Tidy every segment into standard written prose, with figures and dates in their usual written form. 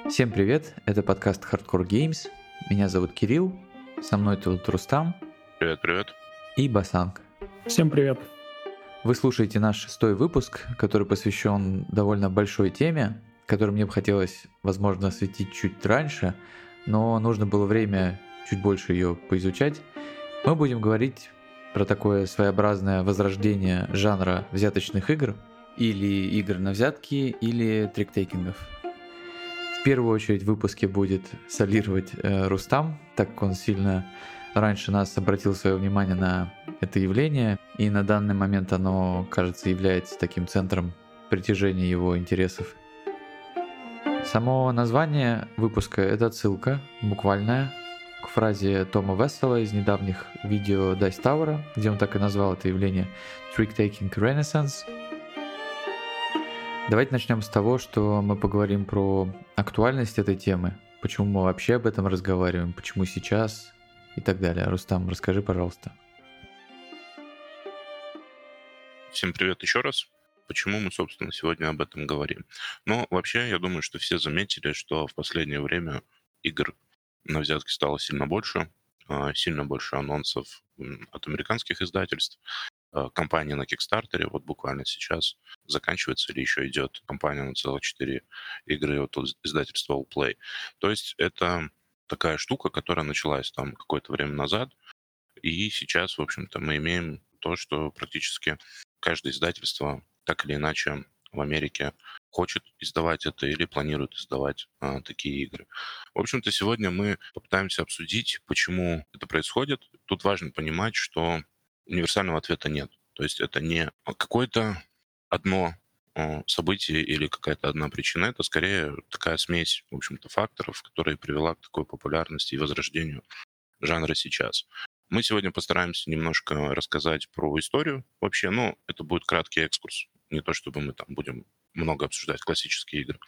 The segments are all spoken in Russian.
Всем привет, это подкаст Hardcore Games. Меня зовут Кирилл, со мной тут Рустам Привет. и Басанг. Всем привет. Вы слушаете наш 6-й выпуск, который посвящен довольно большой теме, которую мне бы хотелось, возможно, осветить чуть раньше, но нужно было время чуть больше ее поизучать. Мы будем говорить про такое своеобразное возрождение жанра взяточных игр, или игр на взятки, или триктейкингов. В первую очередь в выпуске будет солировать Рустам, так как он сильно раньше нас обратил свое внимание на это явление, и на данный момент оно, кажется, является таким центром притяжения его интересов. Само название выпуска — это отсылка, буквальная, к фразе Тома Вессела из недавних видео Dice Tower, где он так и назвал это явление Trick-Taking Renaissance. Давайте начнем с того, что мы поговорим про актуальность этой темы, почему мы вообще об этом разговариваем, почему сейчас и так далее. Рустам, расскажи, пожалуйста. Всем привет еще раз. Почему мы, собственно, сегодня об этом говорим? Ну, вообще, я думаю, что все заметили, что в последнее время игр на взятки стало сильно больше анонсов от американских издательств. Кампания на Кикстартере, вот буквально сейчас заканчивается или еще идет кампания на целых 4 игры от издательства Allplay. То есть это такая штука, которая началась там какое-то время назад, и сейчас, в общем-то, мы имеем то, что практически каждое издательство так или иначе в Америке хочет издавать это или планирует издавать такие игры. В общем-то, сегодня мы попытаемся обсудить, почему это происходит. Тут важно понимать, что универсального ответа нет. То есть это не какое-то одно событие или какая-то одна причина. Это скорее такая смесь, в общем-то, факторов, которая привела к такой популярности и возрождению жанра сейчас. Мы сегодня постараемся немножко рассказать про историю вообще. Ну, это будет краткий экскурс. Не то, чтобы мы там будем много обсуждать классические игры.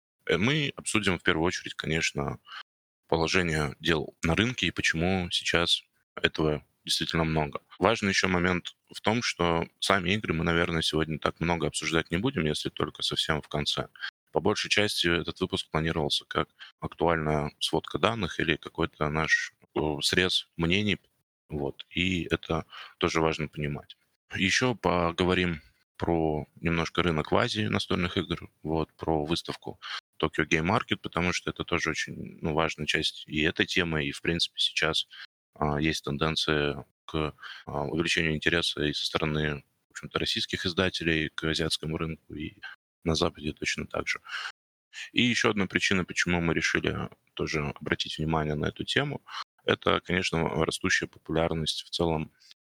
Мы обсудим в первую очередь, конечно, положение дел на рынке и почему сейчас этого действительно много. Важный еще момент в том, что сами игры мы, наверное, сегодня так много обсуждать не будем, если только совсем в конце. По большей части этот выпуск планировался как актуальная сводка данных или какой-то наш срез мнений. Вот. И это тоже важно понимать. Еще поговорим про немножко рынок в Азии настольных игр, вот, про выставку Tokyo Game Market, потому что это тоже очень важная часть и этой темы, и, в принципе, сейчас есть тенденция к увеличению интереса и со стороны, в общем-то, российских издателей к азиатскому рынку, и на Западе точно так же. И еще одна причина, почему мы решили тоже обратить внимание на эту тему, это, конечно, растущая популярность в целом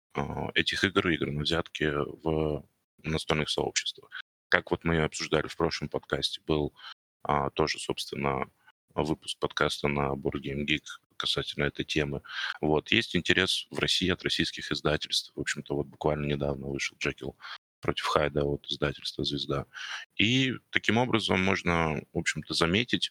этих игр на взятки в настольных сообществах. Как вот мы обсуждали в прошлом подкасте, был тоже, собственно, выпуск подкаста на Board Game Geek касательно этой темы. Вот. Есть интерес в России от российских издательств. В общем-то, вот буквально недавно вышел Джекил против Хайда от издательства «Звезда». И таким образом можно, в общем-то, заметить,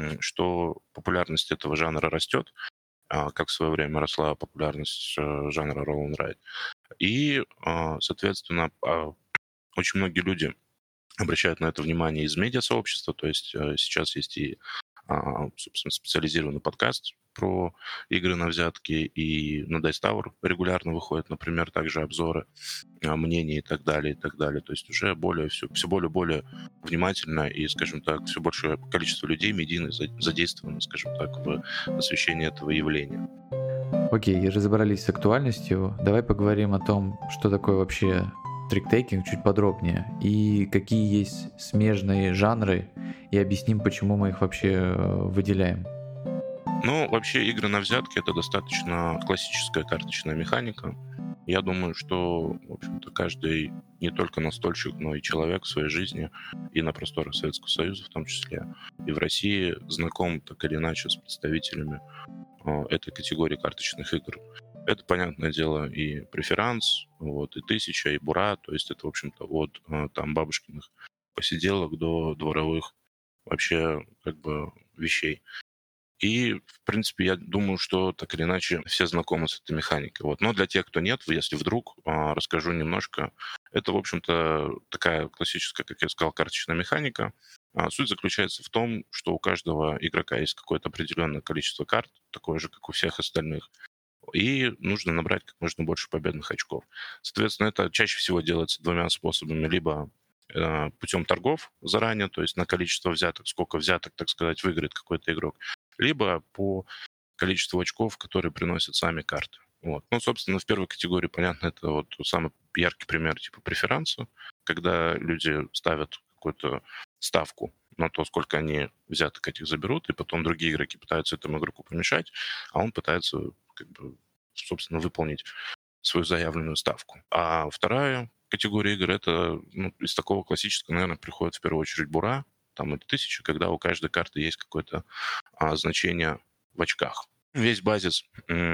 что популярность этого жанра растет, как в свое время росла популярность жанра Roll and Ride. И, соответственно, очень многие люди обращают на это внимание из медиасообщества, то есть сейчас есть и, собственно, специализированный подкаст про игры на взятки, и на Dice Tower регулярно выходят, например, также обзоры, мнения и так далее, и так далее. То есть уже все более внимательно и, скажем так, все большее количество людей медийных задействовано, скажем так, в освещении этого явления. Окей, разобрались с актуальностью. Давай поговорим о том, что такое вообще триктейкинг чуть подробнее, и какие есть смежные жанры, и объясним, почему мы их вообще выделяем. Ну, вообще игры на взятки — это достаточно классическая карточная механика. Я думаю, что, в общем-то, каждый не только настольщик, но и человек в своей жизни, и на просторах Советского Союза в том числе, и в России знаком так или иначе с представителями этой категории карточных игр. Это, понятное дело, и преферанс, вот, и тысяча, и бура, то есть это, в общем-то, от там бабушкиных посиделок до дворовых вообще как бы вещей. И, в принципе, я думаю, что так или иначе все знакомы с этой механикой. Вот. Но для тех, кто нет, если вдруг, расскажу немножко. Это, в общем-то, такая классическая, как я сказал, карточная механика. Суть заключается в том, что у каждого игрока есть какое-то определенное количество карт, такое же, как у всех остальных, и нужно набрать как можно больше победных очков. Соответственно, это чаще всего делается двумя способами. Либо путем торгов заранее, то есть на количество взяток, сколько взяток, так сказать, выиграет какой-то игрок, либо по количеству очков, которые приносят сами карты. Вот. Ну, собственно, в первой категории, понятно, это вот самый яркий пример типа преферанса, когда люди ставят какую-то ставку на то, сколько они взяток этих заберут, и потом другие игроки пытаются этому игроку помешать, а он пытается, как бы, собственно, выполнить свою заявленную ставку. А вторая категория игр, это из такого классического, наверное, приходит в первую очередь бура, там это 1000, когда у каждой карты есть какое-то значение в очках. Весь базис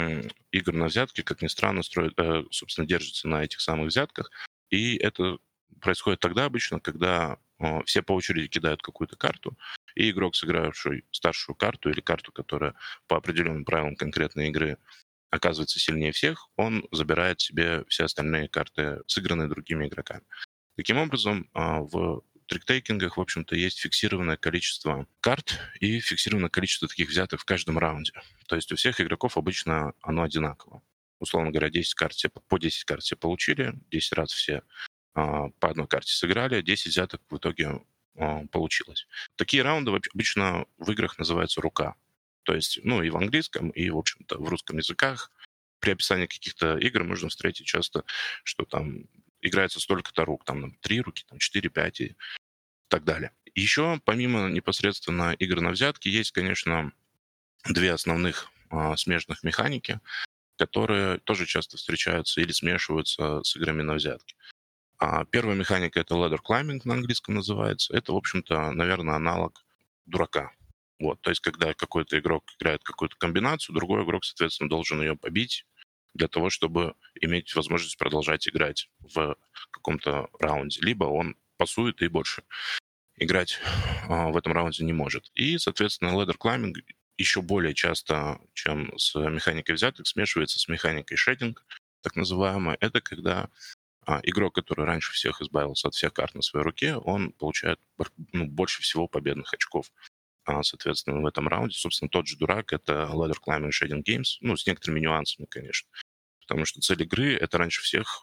игр на взятки, как ни странно, собственно, держится на этих самых взятках. И это происходит тогда обычно, когда все по очереди кидают какую-то карту, и игрок, сыгравший старшую карту или карту, которая по определенным правилам конкретной игры оказывается сильнее всех, он забирает себе все остальные карты, сыгранные другими игроками. Таким образом, в триктейкингах, в общем-то, есть фиксированное количество карт и фиксированное количество таких взяток в каждом раунде. То есть у всех игроков обычно оно одинаково. Условно говоря, 10 карт по 10 карт все получили, 10 раз все по одной карте сыграли, 10 взяток в итоге получилось. Такие раунды обычно в играх называются рука. То есть, и в английском, и, в общем-то, в русском языках при описании каких-то игр можно встретить часто, что там играется столько-то рук, там 3 руки, там 4, 5 и так далее. Еще, помимо непосредственно игр на взятки, есть, конечно, две основных смежных механики, которые тоже часто встречаются или смешиваются с играми на взятки. Первая механика — это ladder climbing на английском называется. Это, в общем-то, наверное, аналог дурака. Вот, то есть, когда какой-то игрок играет какую-то комбинацию, другой игрок, соответственно, должен ее побить для того, чтобы иметь возможность продолжать играть в каком-то раунде. Либо он пасует и больше играть в этом раунде не может. И, соответственно, ladder climbing еще более часто, чем с механикой взяток, смешивается с механикой шейдинг, так называемой. Это когда игрок, который раньше всех избавился от всех карт на своей руке, он получает больше всего победных очков. Соответственно, в этом раунде, собственно, тот же дурак — это Ladder Climbing Shading Games, с некоторыми нюансами, конечно. Потому что цель игры — это раньше всех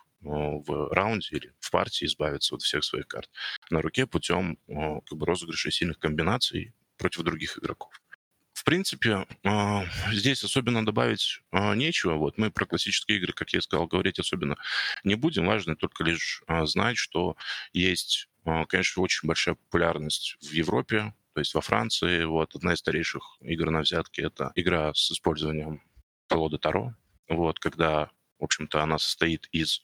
в раунде или в партии избавиться от всех своих карт на руке путем розыгрыша сильных комбинаций против других игроков. В принципе, здесь особенно добавить нечего. Вот мы про классические игры, как я сказал, говорить особенно не будем. Важно только лишь знать, что есть, конечно, очень большая популярность в Европе, то есть во Франции. Вот одна из старейших игр на взятки — это игра с использованием колоды Таро. Вот, когда, в общем-то, она состоит из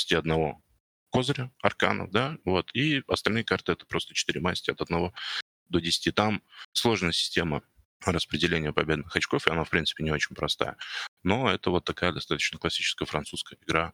21 козыря, арканов, да, вот, и остальные карты — это просто 4 масти от 1 до 10. Там сложная система распределения победных очков, и она, в принципе, не очень простая. Но это вот такая достаточно классическая французская игра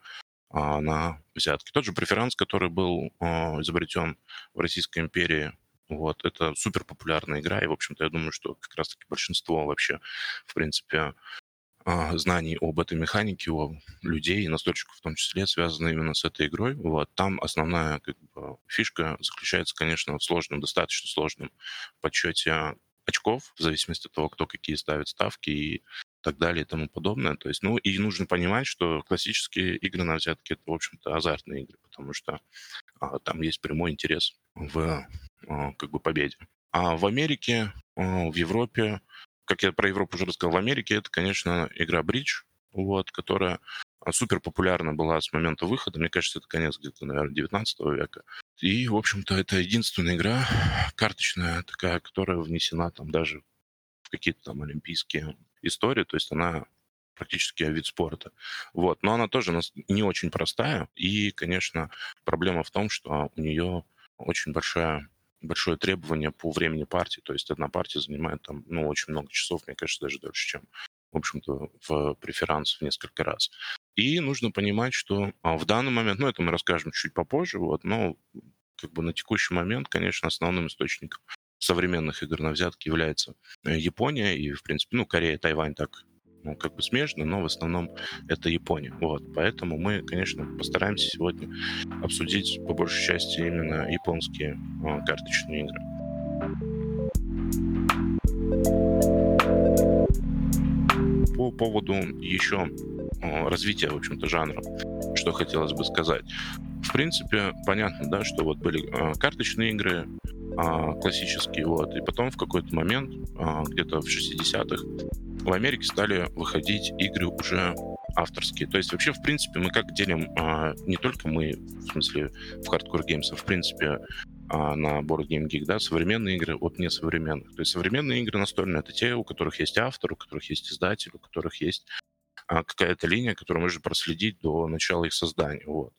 на взятки. Тот же преферанс, который был изобретен в Российской империи, вот, это супер популярная игра, и, в общем-то, я думаю, что как раз-таки большинство вообще, в принципе, знаний об этой механике у людей, и настольщиков в том числе, связаны именно с этой игрой. Вот. Там основная фишка заключается, конечно, в сложном, достаточно сложном подсчете очков, в зависимости от того, кто какие ставит ставки и так далее и тому подобное. То есть, и нужно понимать, что классические игры на взятки — это, в общем-то, азартные игры, потому что там есть прямой интерес в победе. А в Америке, в Европе, как я про Европу уже рассказал, в Америке это, конечно, игра бридж, вот, которая супер популярна была с момента выхода. Мне кажется, это конец где-то, наверное, 19 века. И, в общем-то, это единственная игра карточная такая, которая внесена там даже в какие-то там олимпийские истории. То есть она практически вид спорта. Вот. Но она тоже не очень простая. И, конечно, проблема в том, что у нее очень большое требование по времени партии. То есть одна партия занимает там, очень много часов, мне кажется, даже дольше, чем, в общем-то, в преферанс в несколько раз. И нужно понимать, что в данный момент, это мы расскажем чуть попозже, вот, но на текущий момент, конечно, основным источником современных игр на взятки является Япония и, в принципе, Корея, Тайвань так ну, как бы смежно, но в основном это Япония. Вот, поэтому мы, конечно, постараемся сегодня обсудить по большей части именно японские карточные игры. По поводу еще развития, в общем-то, жанра, что хотелось бы сказать. В принципе, понятно, да, что вот были карточные игры классические, вот, и потом в какой-то момент, где-то в 60-х, в Америке стали выходить игры уже авторские. То есть вообще, в принципе, мы как делим, не только мы, в смысле, в Hardcore Games, а в принципе на Board Game Geek, да, современные игры от несовременных. То есть современные игры настольные — это те, у которых есть автор, у которых есть издатель, у которых есть какая-то линия, которую можно проследить до начала их создания. Вот.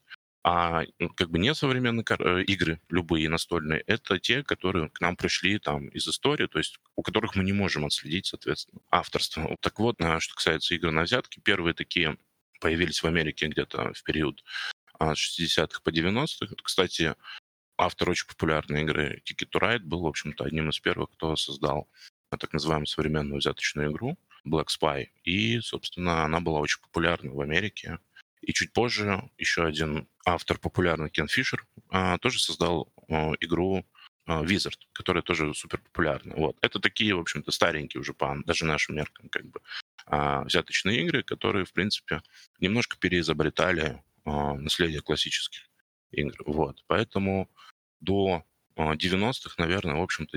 Как бы несовременные игры, любые настольные, это те, которые к нам пришли там из истории, то есть у которых мы не можем отследить, соответственно, авторство. Так вот, что касается игр на взятки, первые такие появились в Америке где-то в период с 60-х по 90-х. Кстати, автор очень популярной игры Ticket to Ride был, в общем-то, одним из первых, кто создал так называемую современную взяточную игру Black Spy. И, собственно, она была очень популярна в Америке. И чуть позже еще один автор популярный, Кен Фишер, тоже создал игру Wizard, которая тоже супер популярна. Вот. Это такие, в общем-то, старенькие уже по даже нашим меркам как бы взяточные игры, которые, в принципе, немножко переизобретали наследие классических игр. Вот. Поэтому до 90-х, наверное, в общем-то,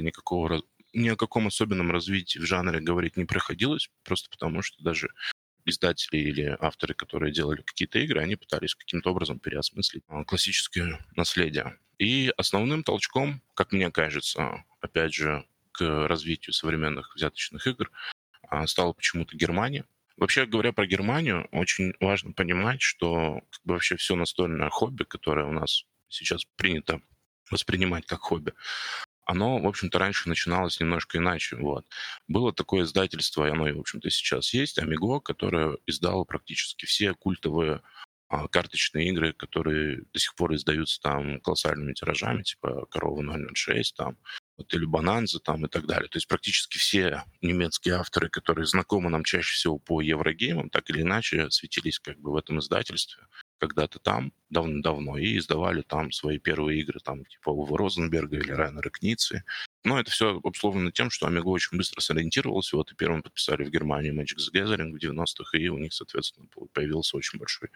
ни о каком особенном развитии в жанре говорить не приходилось, просто потому что даже издатели или авторы, которые делали какие-то игры, они пытались каким-то образом переосмыслить классическое наследие. И основным толчком, как мне кажется, опять же, к развитию современных взяточных игр стала почему-то Германия. Вообще говоря про Германию, очень важно понимать, что как бы вообще все настольное хобби, которое у нас сейчас принято воспринимать как хобби, оно, в общем-то, раньше начиналось немножко иначе. Вот. Было такое издательство, и оно, в общем-то, сейчас есть, Amigo, которое издало практически все культовые карточные игры, которые до сих пор издаются там колоссальными тиражами, типа «Корова 006», там, вот, или «Bonanza», там, и так далее. То есть практически все немецкие авторы, которые знакомы нам чаще всего по еврогеймам, так или иначе светились как бы в этом издательстве когда-то там, давно-давно, и издавали там свои первые игры, там, типа Уве Розенберга или Райнера Кницы. Но это все обусловлено тем, что Amigo очень быстро сориентировался, вот, и первым подписали в Германии Magic the Gathering в 90-х, и у них, соответственно, появился очень большой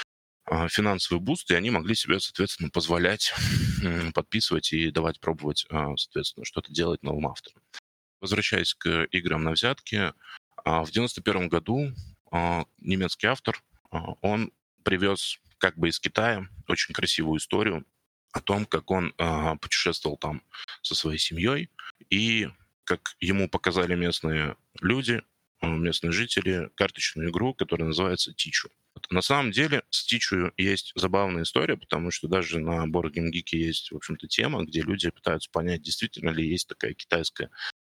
финансовый буст, и они могли себе, соответственно, позволять подписывать и давать пробовать, соответственно, что-то делать новым авторам. Возвращаясь к играм на взятки, в 91 году немецкий автор, он привез как бы из Китая очень красивую историю о том, как он путешествовал там со своей семьей, и как ему показали местные люди, местные жители, карточную игру, которая называется Тичу. На самом деле с Тичу есть забавная история, потому что даже на Board Game Geek есть, в общем-то, тема, где люди пытаются понять, действительно ли есть такая китайская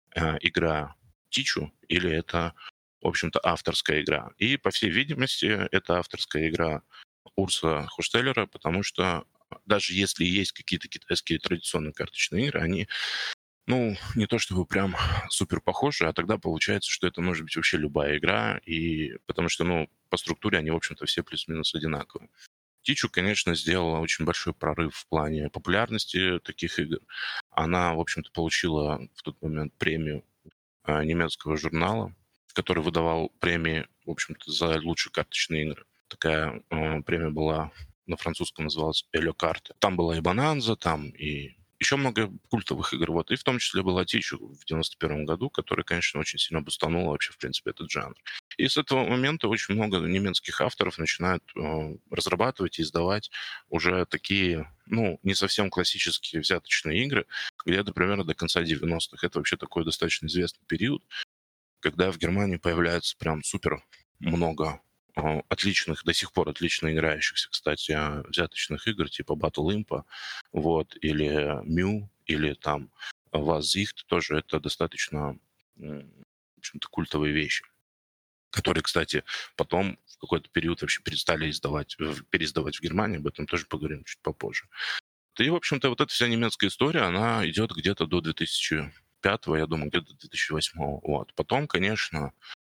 игра Тичу, или это, в общем-то, авторская игра. И, по всей видимости, это авторская игра Урса Хуштеллера, потому что даже если есть какие-то китайские традиционные карточные игры, они, ну, не то чтобы прям супер похожи, а тогда получается, что это может быть вообще любая игра, и потому что, ну, по структуре они, в общем-то, все плюс-минус одинаковые. Тичу, конечно, сделала очень большой прорыв в плане популярности таких игр. Она, в общем-то, получила в тот момент премию немецкого журнала, который выдавал премии, в общем-то, за лучшие карточные игры. Такая премия была на французском, называлась «Элё Карты». Там была и «Bonanza», там и еще много культовых игр. Вот. И в том числе была Тичу в 91 году, которая, конечно, очень сильно бустанула вообще, в принципе, этот жанр. И с этого момента очень много немецких авторов начинают разрабатывать и издавать уже такие, ну, не совсем классические взяточные игры, где-то примерно до конца 90-х. Это вообще такой достаточно известный период, когда в Германии появляется прям супер много отличных, до сих пор отлично играющихся, кстати, взяточных игр, типа Battle Imp, вот, или Мю, или там Вазихт, тоже это достаточно, в общем-то, культовые вещи, которые, кстати, потом в какой-то период вообще перестали переиздавать в Германии, об этом тоже поговорим чуть попозже. И, в общем-то, вот эта вся немецкая история, она идет где-то до 2005, я думаю, где-то до 2008. Вот. Потом, конечно,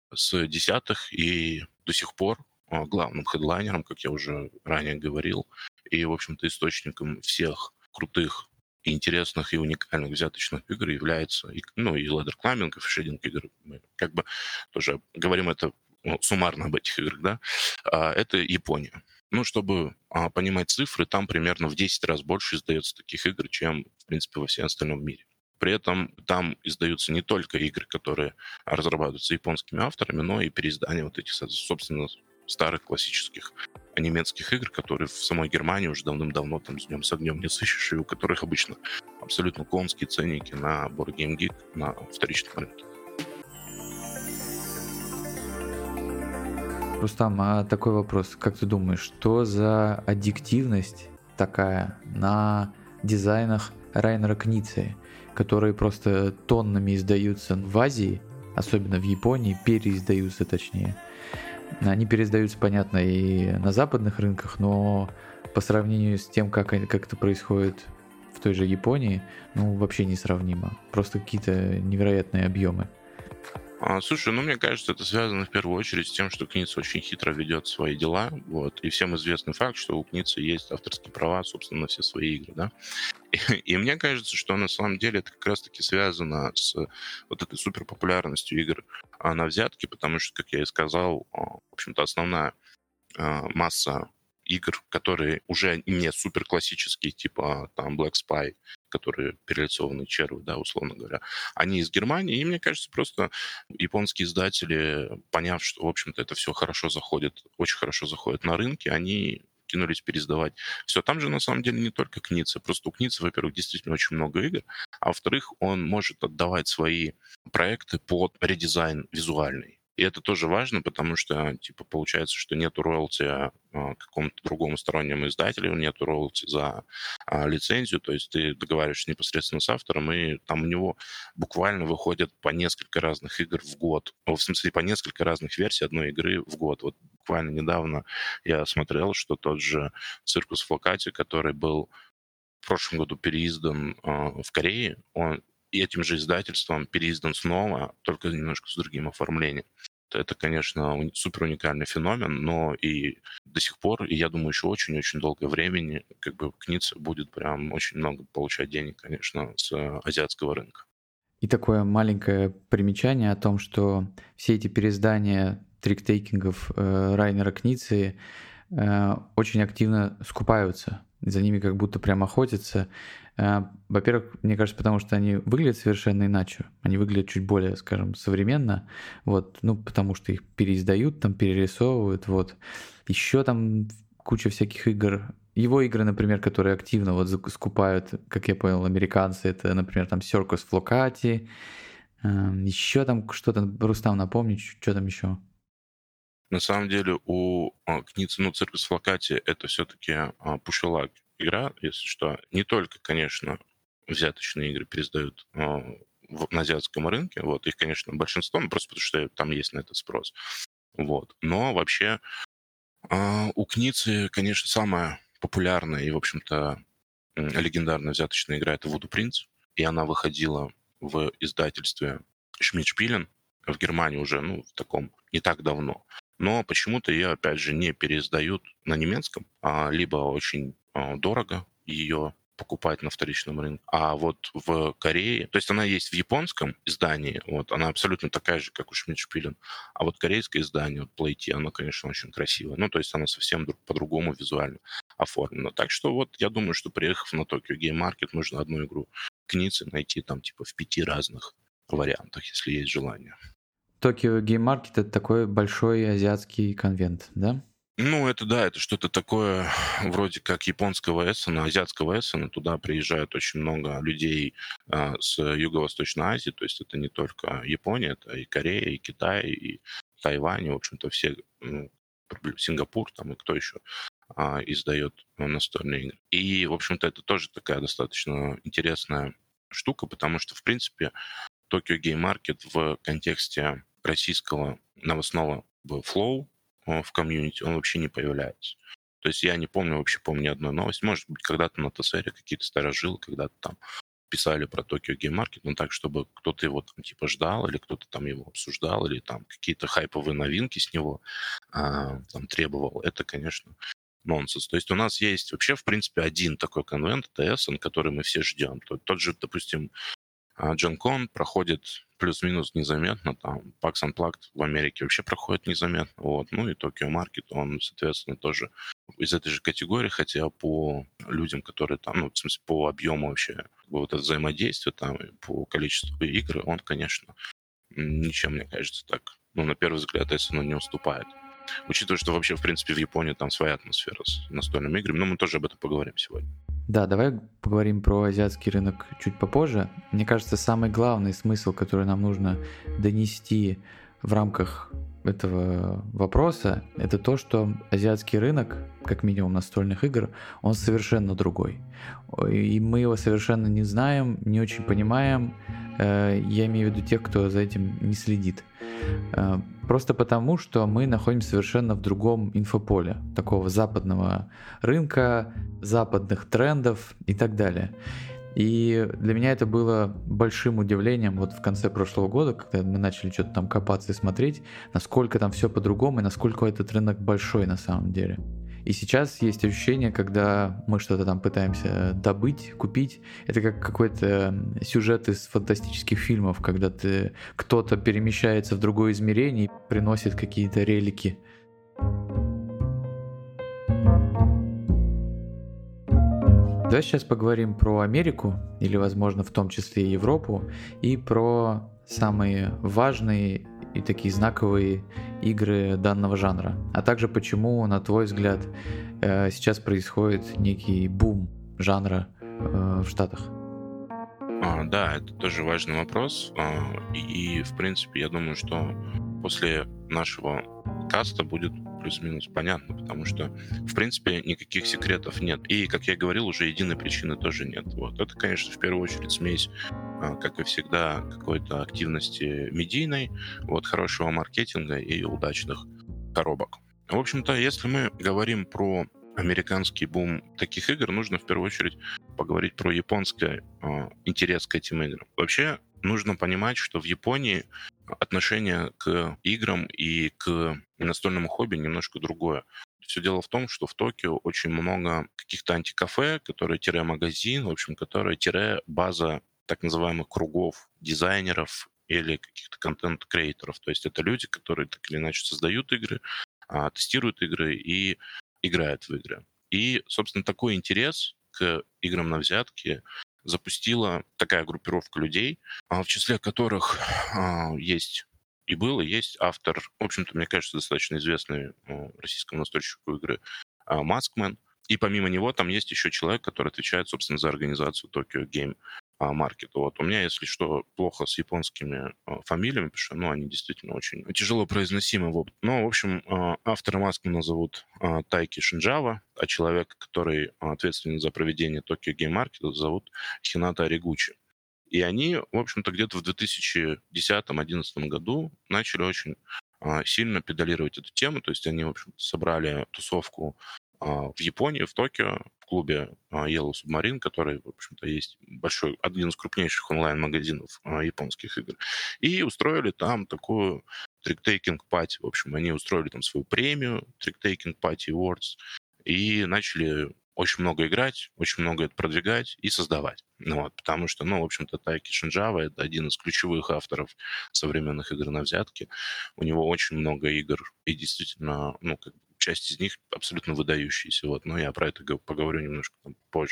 с десятых и до сих пор главным хедлайнером, как я уже ранее говорил, и, в общем-то, источником всех крутых и интересных и уникальных взяточных игр является, ну, и ладдер-клаймбингов, и шейдинг игр. Мы как бы тоже говорим это суммарно об этих играх, да, это Япония. Ну, чтобы понимать цифры, там примерно в 10 раз больше издается таких игр, чем, в принципе, во всем остальном мире. При этом там издаются не только игры, которые разрабатываются японскими авторами, но и переиздания вот этих, собственно, старых классических немецких игр, которые в самой Германии уже давным-давно там с днем с огнем не сыщешь, и у которых обычно абсолютно клоунские ценники на Board Game Geek на вторичном рынке. Рустам, а такой вопрос. Как ты думаешь, что за аддиктивность такая на дизайнах Райнера Кницы, которые просто тоннами издаются в Азии, особенно в Японии, переиздаются точнее. Они переиздаются, понятно, и на западных рынках, но по сравнению с тем, как это происходит в той же Японии, ну, вообще несравнимо. Просто какие-то невероятные объемы. Слушай, ну, мне кажется, это связано в первую очередь с тем, что Кница очень хитро ведет свои дела, вот, и всем известный факт, что у Кницы есть авторские права, собственно, на все свои игры, да. И мне кажется, что на самом деле это как раз-таки связано с вот этой суперпопулярностью игр на взятки, потому что, как я и сказал, в общем-то, основная масса игр, которые уже не супер классические, типа там Black Spy, которые перелицованные червы, да, условно говоря, они из Германии, и мне кажется, просто японские издатели, поняв, что, в общем-то, это все хорошо заходит, очень хорошо заходит на рынке, они кинулись переиздавать. Все, там же на самом деле не только Кница, просто у Кницы, во-первых, действительно очень много игр, а во-вторых, он может отдавать свои проекты под редизайн визуальный. И это тоже важно, потому что, типа, получается, что нету роялти какому-то другому стороннему издателю, нету роялти за лицензию, то есть ты договариваешься непосредственно с автором, и там у него буквально выходит по несколько разных игр в год. В смысле, по несколько разных версий одной игры в год. Вот буквально недавно я смотрел, что тот же «Циркус Флокати», который был в прошлом году переиздан в Корее, он и этим же издательством переиздан снова, только немножко с другим оформлением. Это, конечно, супер уникальный феномен, но и до сих пор, и я думаю, еще очень-очень долгое времени, как бы Кница будет прям очень много получать денег, конечно, с азиатского рынка. И такое маленькое примечание о том, что все эти переиздания триктейкингов Райнера Кницы очень активно скупаются. За ними как будто прям охотятся. Во-первых, мне кажется, потому что они выглядят совершенно иначе. Они выглядят чуть более, скажем, современно. Вот, ну, потому что их переиздают, там перерисовывают. Вот. Еще там куча всяких игр. Его игры, например, которые активно вот скупают, как я понял, американцы, это, например, там Circus Flocati. Еще там что-то, Рустам, напомни, что там еще? На самом деле у Кницы, ну, «Циркус Флокати» это все-таки пушелак игра, если что. Не только, конечно, взяточные игры пересдают на азиатском рынке, вот, их, конечно, большинство, ну, просто потому что там есть на это спрос. Вот. Но вообще у Кницы, конечно, самая популярная и, в общем-то, легендарная взяточная игра — это «Вуду Принц», и она выходила в издательстве Шмидт-Шпилен в Германии уже, ну, в таком не так давно. Но почему-то ее, опять же, не переиздают на немецком, либо очень дорого ее покупать на вторичном рынке. А вот в Корее, то есть она есть в японском издании, вот, она абсолютно такая же, как у Шмидт-Шпилен, а вот корейское издание, вот Playtee, оно, конечно, очень красивое. Ну, то есть она совсем по-другому визуально оформлена. Так что вот я думаю, что приехав на Tokyo Game Market, можно одну игру Кницы найти там типа в 5 разных вариантах, если есть желание. Tokyo Game Market — это такой большой азиатский конвент, да? Ну, это да, это что-то такое вроде как японского Эссена, азиатского Эссена. Туда приезжает очень много людей с Юго-Восточной Азии. То есть это не только Япония, это и Корея, и Китай, и Тайвань, и, в общем-то, все, Сингапур там и кто еще издает настольные игры. И, в общем-то, это тоже такая достаточно интересная штука, потому что, в принципе, Tokyo Game Market в контексте российского новостного флоу в комьюнити, он вообще не появляется. То есть я не помню вообще, ни одной новости. Может быть, когда-то на ТСР какие-то старожилы, когда-то там писали про Tokyo Game Market, но так, чтобы кто-то его там типа ждал, или кто-то там его обсуждал, или там какие-то хайповые новинки с него там требовал, это, конечно, нонсенс. То есть у нас есть вообще, в принципе, один такой конвент, это Essen, который мы все ждем. Тот же, допустим, Gen-Con проходит плюс-минус незаметно, там PAX Unplugged в Америке вообще проходит незаметно, вот, ну и Tokyo Market, он, соответственно, тоже из этой же категории, хотя по людям, которые там, ну, в смысле, по объему вообще, вот это взаимодействие там, и по количеству игр, он, конечно, ничем, мне кажется, так, ну, на первый взгляд, если он не уступает. Учитывая, что вообще, в принципе, в Японии там своя атмосфера с настольными играми, но мы тоже об этом поговорим сегодня. Да, давай поговорим про азиатский рынок чуть попозже. Мне кажется, самый главный смысл, который нам нужно донести в рамках этого вопроса, это то, что азиатский рынок, как минимум настольных игр, он совершенно другой. И мы его совершенно не знаем, не очень понимаем. Я имею в виду тех, кто за этим не следит. Просто потому, что мы находимся совершенно в другом инфополе, такого западного рынка, западных трендов и так далее. И для меня это было большим удивлением вот в конце прошлого года, когда мы начали что-то там копаться и смотреть, насколько там все по-другому и насколько этот рынок большой на самом деле. И сейчас есть ощущение, когда мы что-то там пытаемся добыть, купить, это как какой-то сюжет из фантастических фильмов, когда кто-то перемещается в другое измерение и приносит какие-то релики. Давай сейчас поговорим про Америку, или, возможно, в том числе и Европу, и про самые важные и такие знаковые игры данного жанра, а также почему, на твой взгляд, сейчас происходит некий бум жанра в Штатах. Да, это тоже важный вопрос. И, в принципе, я думаю, что после нашего каста будет плюс-минус понятно, потому что, в принципе, никаких секретов нет. И, как я говорил, уже единой причины тоже нет. Вот. Это, конечно, в первую очередь смесь, как и всегда, какой-то активности медийной, вот, хорошего маркетинга и удачных коробок. В общем-то, если мы говорим про американский бум таких игр, нужно в первую очередь поговорить про японский интерес к этим играм. Вообще, нужно понимать, что в Японии отношение к играм и к настольному хобби немножко другое. Все дело в том, что в Токио очень много каких-то антикафе, которые тире-магазин, в общем, которые тире-база так называемых кругов дизайнеров или каких-то контент-креаторов. То есть это люди, которые так или иначе создают игры, тестируют игры и играют в игры. И, собственно, такой интерес к играм на взятки запустила такая группировка людей, в числе которых есть и был, и есть автор, в общем-то, мне кажется, достаточно известный российскому настольщику игры Маскмен. И помимо него там есть еще человек, который отвечает, собственно, за организацию Tokyo Game Market. Вот. У меня, если что, плохо с японскими фамилиями, потому что они действительно очень тяжело произносимы. Но, в общем, автора Маскмена зовут Тайки Шинджава, а человека, который ответственен за проведение Tokyo Game Market, зовут Хината Оригучи. И они, в общем-то, где-то в 2010-2011 году начали очень сильно педалировать эту тему. То есть они, в общем-то, собрали тусовку в Японии, в Токио, в клубе Yellow Submarine, который, в общем-то, есть большой, один из крупнейших онлайн-магазинов японских игр, и устроили там такую Trick-Taking Party. В общем, они устроили там свою премию Trick-Taking Party Awards и начали очень много играть, очень много это продвигать и создавать. Потому что, в общем-то, Тайки Шинджава — это один из ключевых авторов современных игр на взятки. У него очень много игр, и действительно, часть из них абсолютно выдающиеся. Но я про это поговорю немножко позже.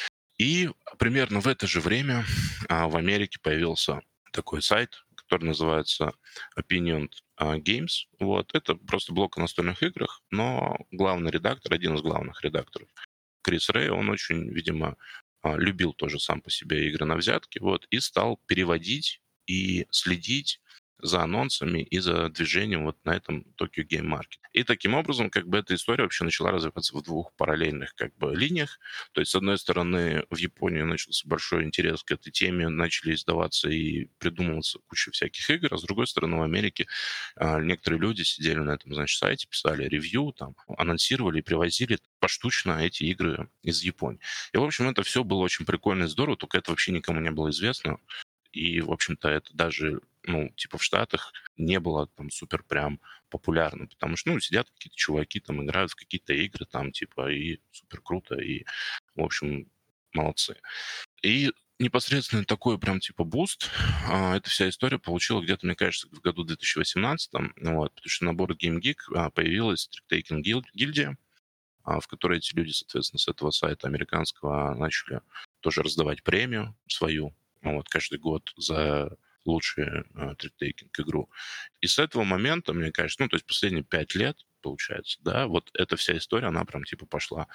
И примерно в это же время в Америке появился такой сайт, который называется Opinion Games. Это просто блог о настольных играх, но главный редактор, один из главных редакторов, Крис Рэй, он очень, видимо, любил тоже сам по себе игры на взятки, и стал переводить и следить за анонсами и за движением вот на этом Tokyo Game Market. И таким образом, как бы эта история вообще начала развиваться в двух параллельных как бы линиях. То есть, с одной стороны, в Японии начался большой интерес к этой теме, начали издаваться и придумываться куча всяких игр, а с другой стороны, в Америке некоторые люди сидели на этом, значит, сайте, писали ревью, там, анонсировали и привозили поштучно эти игры из Японии. И, в общем, это все было очень прикольно и здорово, только это вообще никому не было известно. И, в общем-то, это даже, ну, типа в Штатах не было там супер прям популярно, потому что, ну, сидят какие-то чуваки, там, играют в какие-то игры, там, типа, и супер круто, и, в общем, молодцы. И непосредственно такой прям типа буст, эта вся история получила где-то, мне кажется, в году 2018, вот, потому что на Board Game Geek появилась Trick-Taking гильдия, в которой эти люди, соответственно, с этого сайта американского начали тоже раздавать премию свою, вот, каждый год за лучшую трик-тейкинг игру. И с этого момента, мне кажется, ну, то есть последние 5 лет, получается, да, вот эта вся история, она прям типа пошла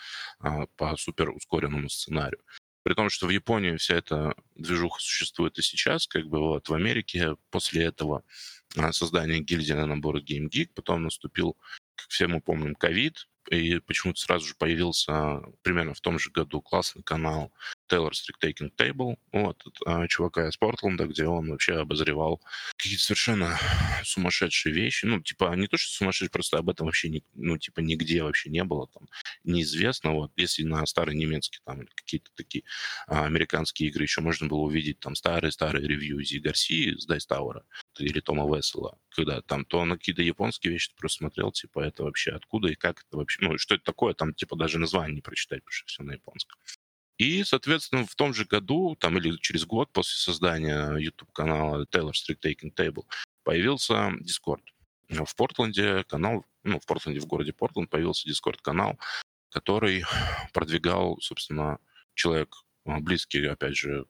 по супер ускоренному сценарию. При том, что в Японии вся эта движуха существует и сейчас, как бы вот в Америке после этого создания гильдии на набор Game Geek, потом наступил, как все мы помним, ковид, и почему-то сразу же появился примерно в том же году классный канал Taylor's Trick-Taking Table, вот, чувака из Портленда, где он вообще обозревал какие-то совершенно сумасшедшие вещи. Ну, типа, не то, что сумасшедшие, просто об этом вообще, ну, типа, нигде вообще не было, там, неизвестно. Вот, если на старый немецкий, там, или какие-то такие американские игры еще можно было увидеть, там, старые-старые ревью Зи Гарсии с Dice Tower или Тома Вессела, когда там, то на какие-то японские вещи ты просто смотрел, типа, это вообще откуда и как это вообще, ну, что это такое, там, типа, даже название не прочитать, потому что все на японском. И, соответственно, в том же году, там, или через год после создания YouTube-канала Taylor's Trick-Taking Table появился Discord. В Портленде канал, ну, в Портленде, в городе Портленд появился Discord-канал, который продвигал, собственно, человек, близкий, опять же,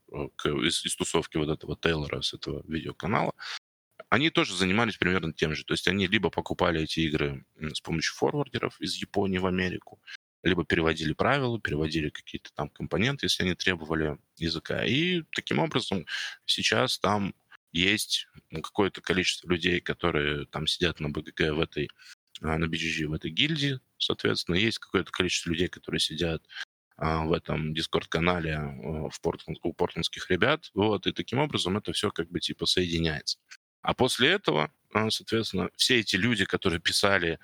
из тусовки вот этого Тейлора, с этого видеоканала. Они тоже занимались примерно тем же. То есть они либо покупали эти игры с помощью форвардеров из Японии в Америку, либо переводили правила, переводили какие-то там компоненты, если они требовали языка. И таким образом сейчас там есть какое-то количество людей, которые там сидят на БГГ в этой, на BGG в этой гильдии, соответственно, есть какое-то количество людей, которые сидят в этом Дискорд-канале у портландских ребят, вот, и таким образом это все как бы типа соединяется. А после этого, соответственно, все эти люди, которые писали,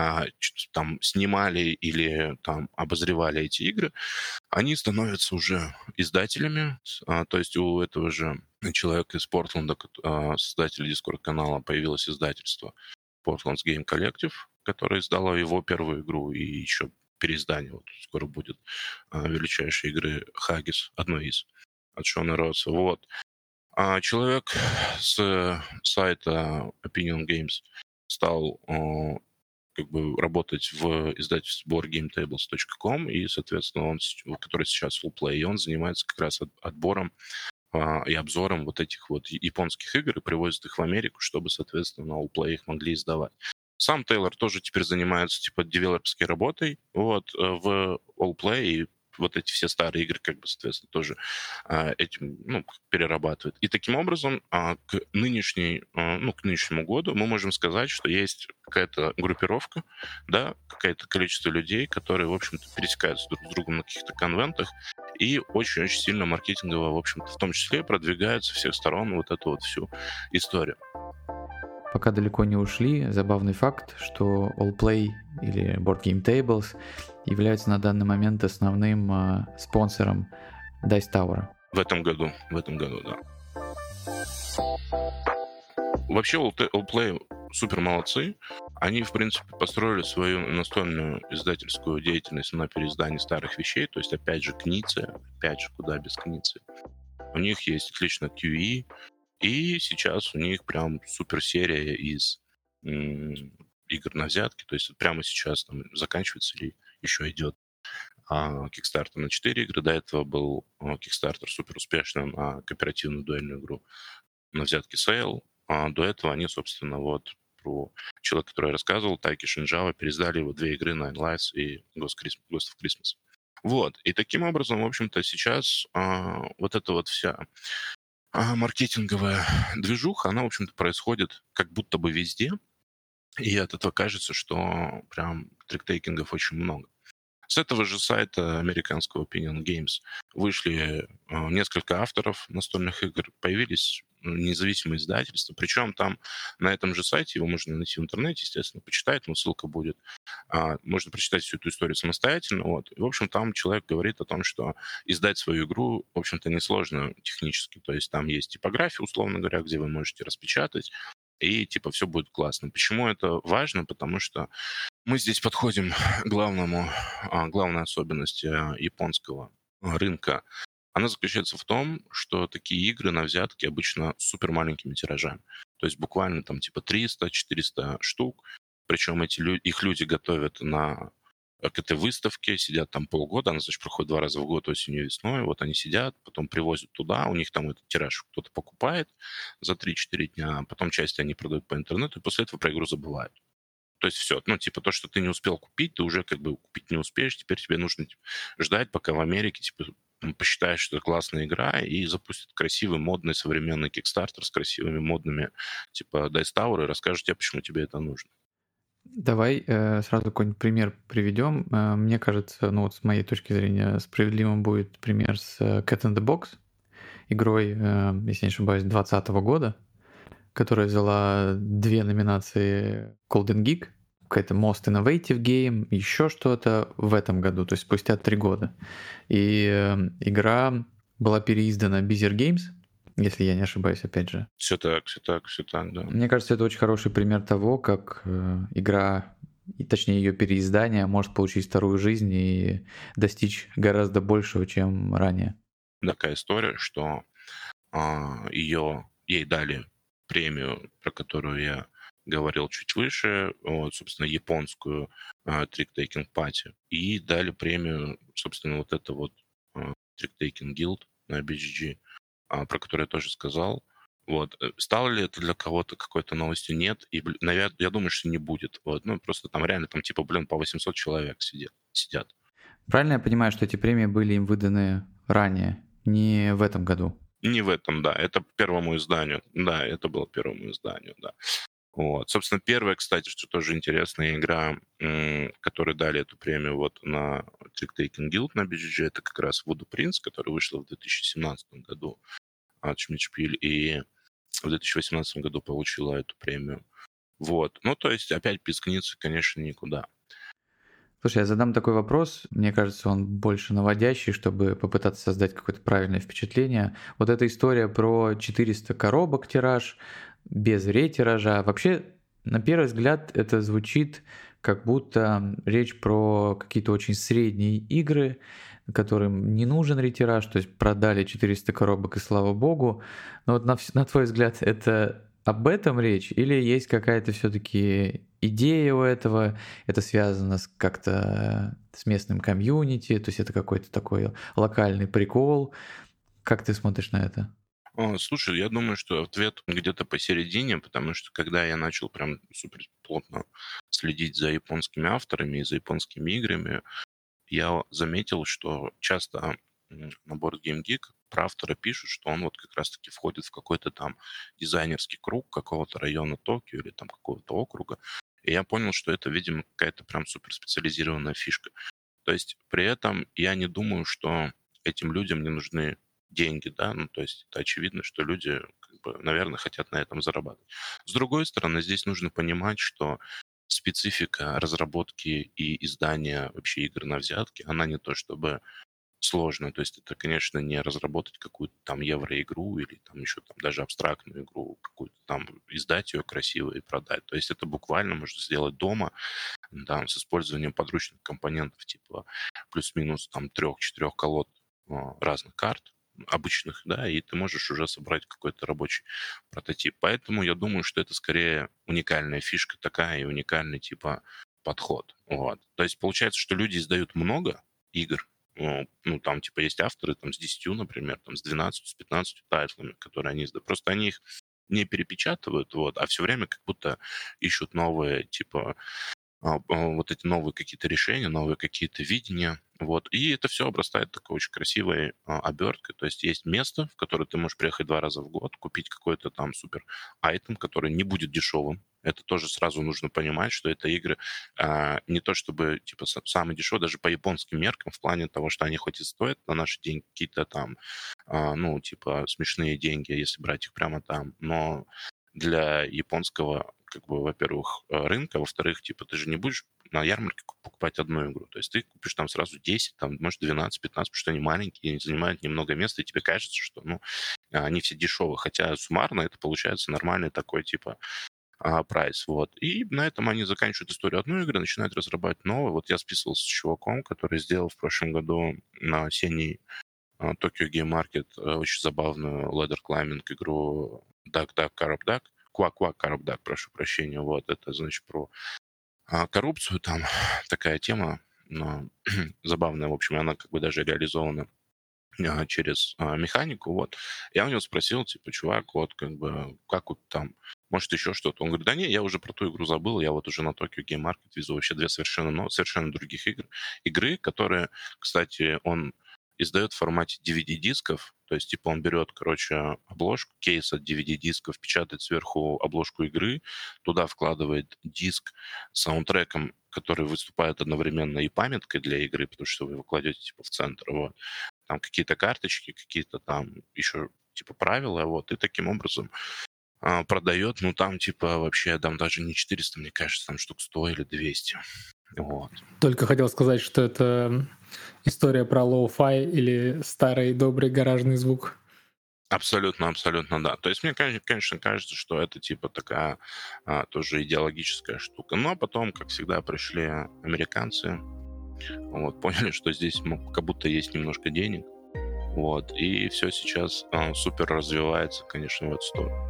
там, снимали или там обозревали эти игры, они становятся уже издателями. То есть у этого же человека из Портленда, создателя Дискорд-канала, появилось издательство Portland's Game Collective, которое издало его первую игру и еще переиздание. Вот скоро будет величайшей игры Haggis, одной из, от Шона Росса. Вот. А человек с сайта Opinion Games стал как бы работать в издательстве boardgametables.com, и, соответственно, он, который сейчас full play, и он занимается как раз отбором и обзором вот этих вот японских игр и привозит их в Америку, чтобы, соответственно, на Allplay их могли издавать. Сам Тейлор тоже теперь занимается типа девелоперской работой вот, в Allplay, и вот эти все старые игры, как бы, соответственно, тоже этим, ну, перерабатывает. И таким образом к нынешнему году мы можем сказать, что есть какая-то группировка, да, какое-то количество людей, которые, в общем-то, пересекаются друг с другом на каких-то конвентах и очень-очень сильно маркетингово, в общем-то, в том числе продвигают со всех сторон вот эту вот всю историю. Пока далеко не ушли, забавный факт, что Allplay или Board Game Tables являются на данный момент основным спонсором Dice Tower. В этом году, да. Вообще Allplay супер молодцы. Они, в принципе, построили свою настольную издательскую деятельность на переиздании старых вещей, то есть, опять же, Кницы, опять же, куда без Кницы. У них есть отлично QE, и сейчас у них прям супер серия из игр на взятки, то есть прямо сейчас там заканчивается или еще идет Kickstarter на 4 игры. До этого был Kickstarter супер успешным на кооперативную дуэльную игру на взятки Сейл. До этого они, собственно, вот про человека, который я рассказывал, Тайки Шинджава, пересдали его 2 игры Nine Lives и Ghost of Christmas. Вот. И таким образом, в общем-то, сейчас вот эта вот вся маркетинговая движуха, она, в общем-то, происходит как будто бы везде, и от этого кажется, что прям триктейкингов очень много. С этого же сайта американского Opinion Games вышли несколько авторов настольных игр, появились независимые издательства, причем там на этом же сайте, его можно найти в интернете, естественно, почитать, но ссылка будет. Можно прочитать всю эту историю самостоятельно. Вот. И, в общем, там человек говорит о том, что издать свою игру, в общем-то, несложно технически. То есть там есть типография, условно говоря, где вы можете распечатать, и типа все будет классно. Почему это важно? Потому что мы здесь подходим к главной особенности японского рынка. Она заключается в том, что такие игры на взятки обычно с супер маленькими тиражами. То есть буквально там типа 300-400 штук. Причем их люди готовят к этой выставке, сидят там полгода, она, значит, проходит 2 раза в год, осенью и весной. Вот они сидят, потом привозят туда, у них там этот тираж кто-то покупает за 3-4 дня, а потом часть они продают по интернету, и после этого про игру забывают. То есть все, ну, типа, то, что ты не успел купить, ты уже как бы купить не успеешь. Теперь тебе нужно ждать, пока в Америке, типа, посчитаешь, что это классная игра, и запустят красивый, модный, современный Kickstarter с красивыми, модными, типа, Dice Tower, и расскажут тебе, почему тебе это нужно. Давай сразу какой-нибудь пример приведем. Мне кажется, ну вот с моей точки зрения, справедливым будет пример с Cat in the Box, игрой, если не ошибаюсь, 2020 года, которая взяла 2 номинации Golden Geek, какая-то Most Innovative Game, еще что-то в этом году, то есть спустя 3 года. И игра была переиздана Bezier Games, если я не ошибаюсь, опять же. Все так, да. Мне кажется, это очень хороший пример того, как игра, и точнее ее переиздание, может получить вторую жизнь и достичь гораздо большего, чем ранее. Такая история, что ей дали премию, про которую я говорил чуть выше, вот, собственно, японскую Trick Taking Party, и дали премию, собственно, вот это вот Trick Taking Guild на BGG, про которую я тоже сказал. Вот. Стало ли это для кого-то какой-то новостью? Нет. И, наверное, я думаю, что не будет. Вот. Ну, просто там реально там типа, по 800 человек сидят. Правильно я понимаю, что эти премии были им выданы ранее, не в этом году? Не в этом, да. Это первому изданию. Да, это было первому изданию, да. Вот. Собственно, первая, кстати, что тоже интересная игра, которой дали эту премию вот на Trick Taking Guild на BGG, это как раз Voodoo Prince, который вышла в 2017 году от Schmidt-Spiel, и в 2018 году получила эту премию. Вот. Ну, то есть, опять без кницы, конечно, никуда. Слушай, я задам такой вопрос. Мне кажется, он больше наводящий, чтобы попытаться создать какое-то правильное впечатление. Вот эта история про 400 коробок тираж, без ретиража. Вообще, на первый взгляд, это звучит как будто речь про какие-то очень средние игры, которым не нужен ретираж, то есть продали 400 коробок и слава богу. Но вот на твой взгляд, это об этом речь или есть какая-то все-таки идея у этого, это связано как-то с местным комьюнити, то есть это какой-то такой локальный прикол. Как ты смотришь на это? Слушай, я думаю, что ответ где-то посередине, потому что когда я начал прям супер плотно следить за японскими авторами и за японскими играми, я заметил, что часто на Board Game Geek про автора пишут, что он вот как раз-таки входит в какой-то там дизайнерский круг какого-то района Токио или там какого-то округа. И я понял, что это, видимо, какая-то прям суперспециализированная фишка. То есть при этом я не думаю, что этим людям не нужны деньги, да, ну, то есть это очевидно, что люди, как бы, наверное, хотят на этом зарабатывать. С другой стороны, здесь нужно понимать, что специфика разработки и издания вообще игр на взятки, она не то чтобы сложная. То есть это, конечно, не разработать какую-то там евроигру или там еще там даже абстрактную игру, какую-то там издать ее красиво и продать. То есть это буквально можно сделать дома, да, с использованием подручных компонентов типа плюс-минус там 3-4 колод разных карт обычных, да, и ты можешь уже собрать какой-то рабочий прототип. Поэтому я думаю, что это скорее уникальная фишка такая и уникальный типа подход. Вот. То есть получается, что люди издают много игр, ну, там, типа, есть авторы там с 10, например, там, с 12, с 15 тайтлами, которые они издают. Просто они их не перепечатывают, вот, а все время как будто ищут новые, типа, вот эти новые какие-то решения, новые какие-то видения. Вот. И это все обрастает такой очень красивой оберткой. То есть есть место, в которое ты можешь приехать 2 раза в год, купить какой-то там супер айтем, который не будет дешевым. Это тоже сразу нужно понимать, что это игры не то чтобы типа самые дешевые, даже по японским меркам, в плане того, что они хоть и стоят на наши деньги какие-то там, ну, типа смешные деньги, если брать их прямо там, но для японского, как бы, во-первых, рынка, во-вторых, типа, ты же не будешь на ярмарке покупать одну игру. То есть ты купишь там сразу 10, там, может, 12, 15, потому что они маленькие, и занимают немного места, и тебе кажется, что, ну, они все дешевые. Хотя суммарно это получается нормальный такой, типа, прайс. Вот. И на этом они заканчивают историю одной игры, начинают разрабатывать новую. Вот я списывался с чуваком, который сделал в прошлом году на осенний Tokyo Game Market очень забавную ladder climbing игру Duck Duck Karab Duck. Quack Quack Karab Duck, прошу прощения. Вот, это, значит, про коррупцию. Там такая тема забавная, в общем, и она как бы даже реализована через механику, вот. Я у него спросил, типа, чувак, вот, как бы, как вот там, может, еще что-то? Он говорит, да не, я уже про ту игру забыл, я вот уже на Tokyo Game Market везу вообще две совершенно других игры, которые, кстати, он издает в формате DVD-дисков, то есть, типа, он берет, короче, обложку, кейс от DVD-дисков, печатает сверху обложку игры, туда вкладывает диск с саундтреком, который выступает одновременно и памяткой для игры, потому что вы его кладете, типа, в центр, вот, там какие-то карточки, какие-то там еще типа правила, вот, и таким образом продает, ну, там, типа, вообще, там даже не 400, мне кажется, там штук 100 или 200. Вот. Только хотел сказать, что это история про лоу-фай или старый добрый гаражный звук. Абсолютно, абсолютно, да. То есть мне, конечно, кажется, что это, типа, такая тоже идеологическая штука. Но потом, как всегда, пришли американцы, вот, поняли, что здесь как будто есть немножко денег, вот, и все сейчас супер развивается, конечно, в эту сторону.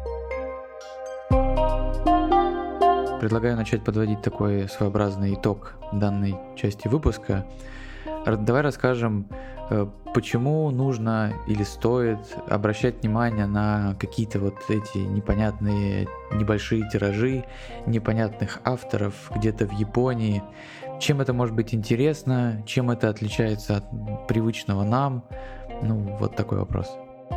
Предлагаю начать подводить такой своеобразный итог данной части выпуска. Давай расскажем, почему нужно или стоит обращать внимание на какие-то вот эти непонятные небольшие тиражи непонятных авторов где-то в Японии. Чем это может быть интересно, чем это отличается от привычного нам? Ну, вот такой вопрос.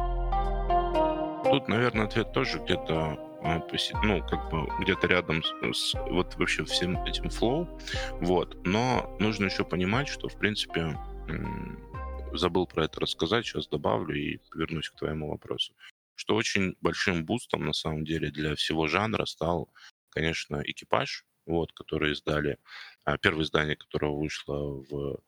Тут, наверное, ответ тоже где-то, ну, как бы где-то рядом с вот вообще всем этим флоу, вот. Но нужно еще понимать, что, в принципе, забыл про это рассказать, сейчас добавлю и вернусь к твоему вопросу, что очень большим бустом, на самом деле, для всего жанра стал, конечно, «Экипаж», вот, который издали, первое издание которого вышло в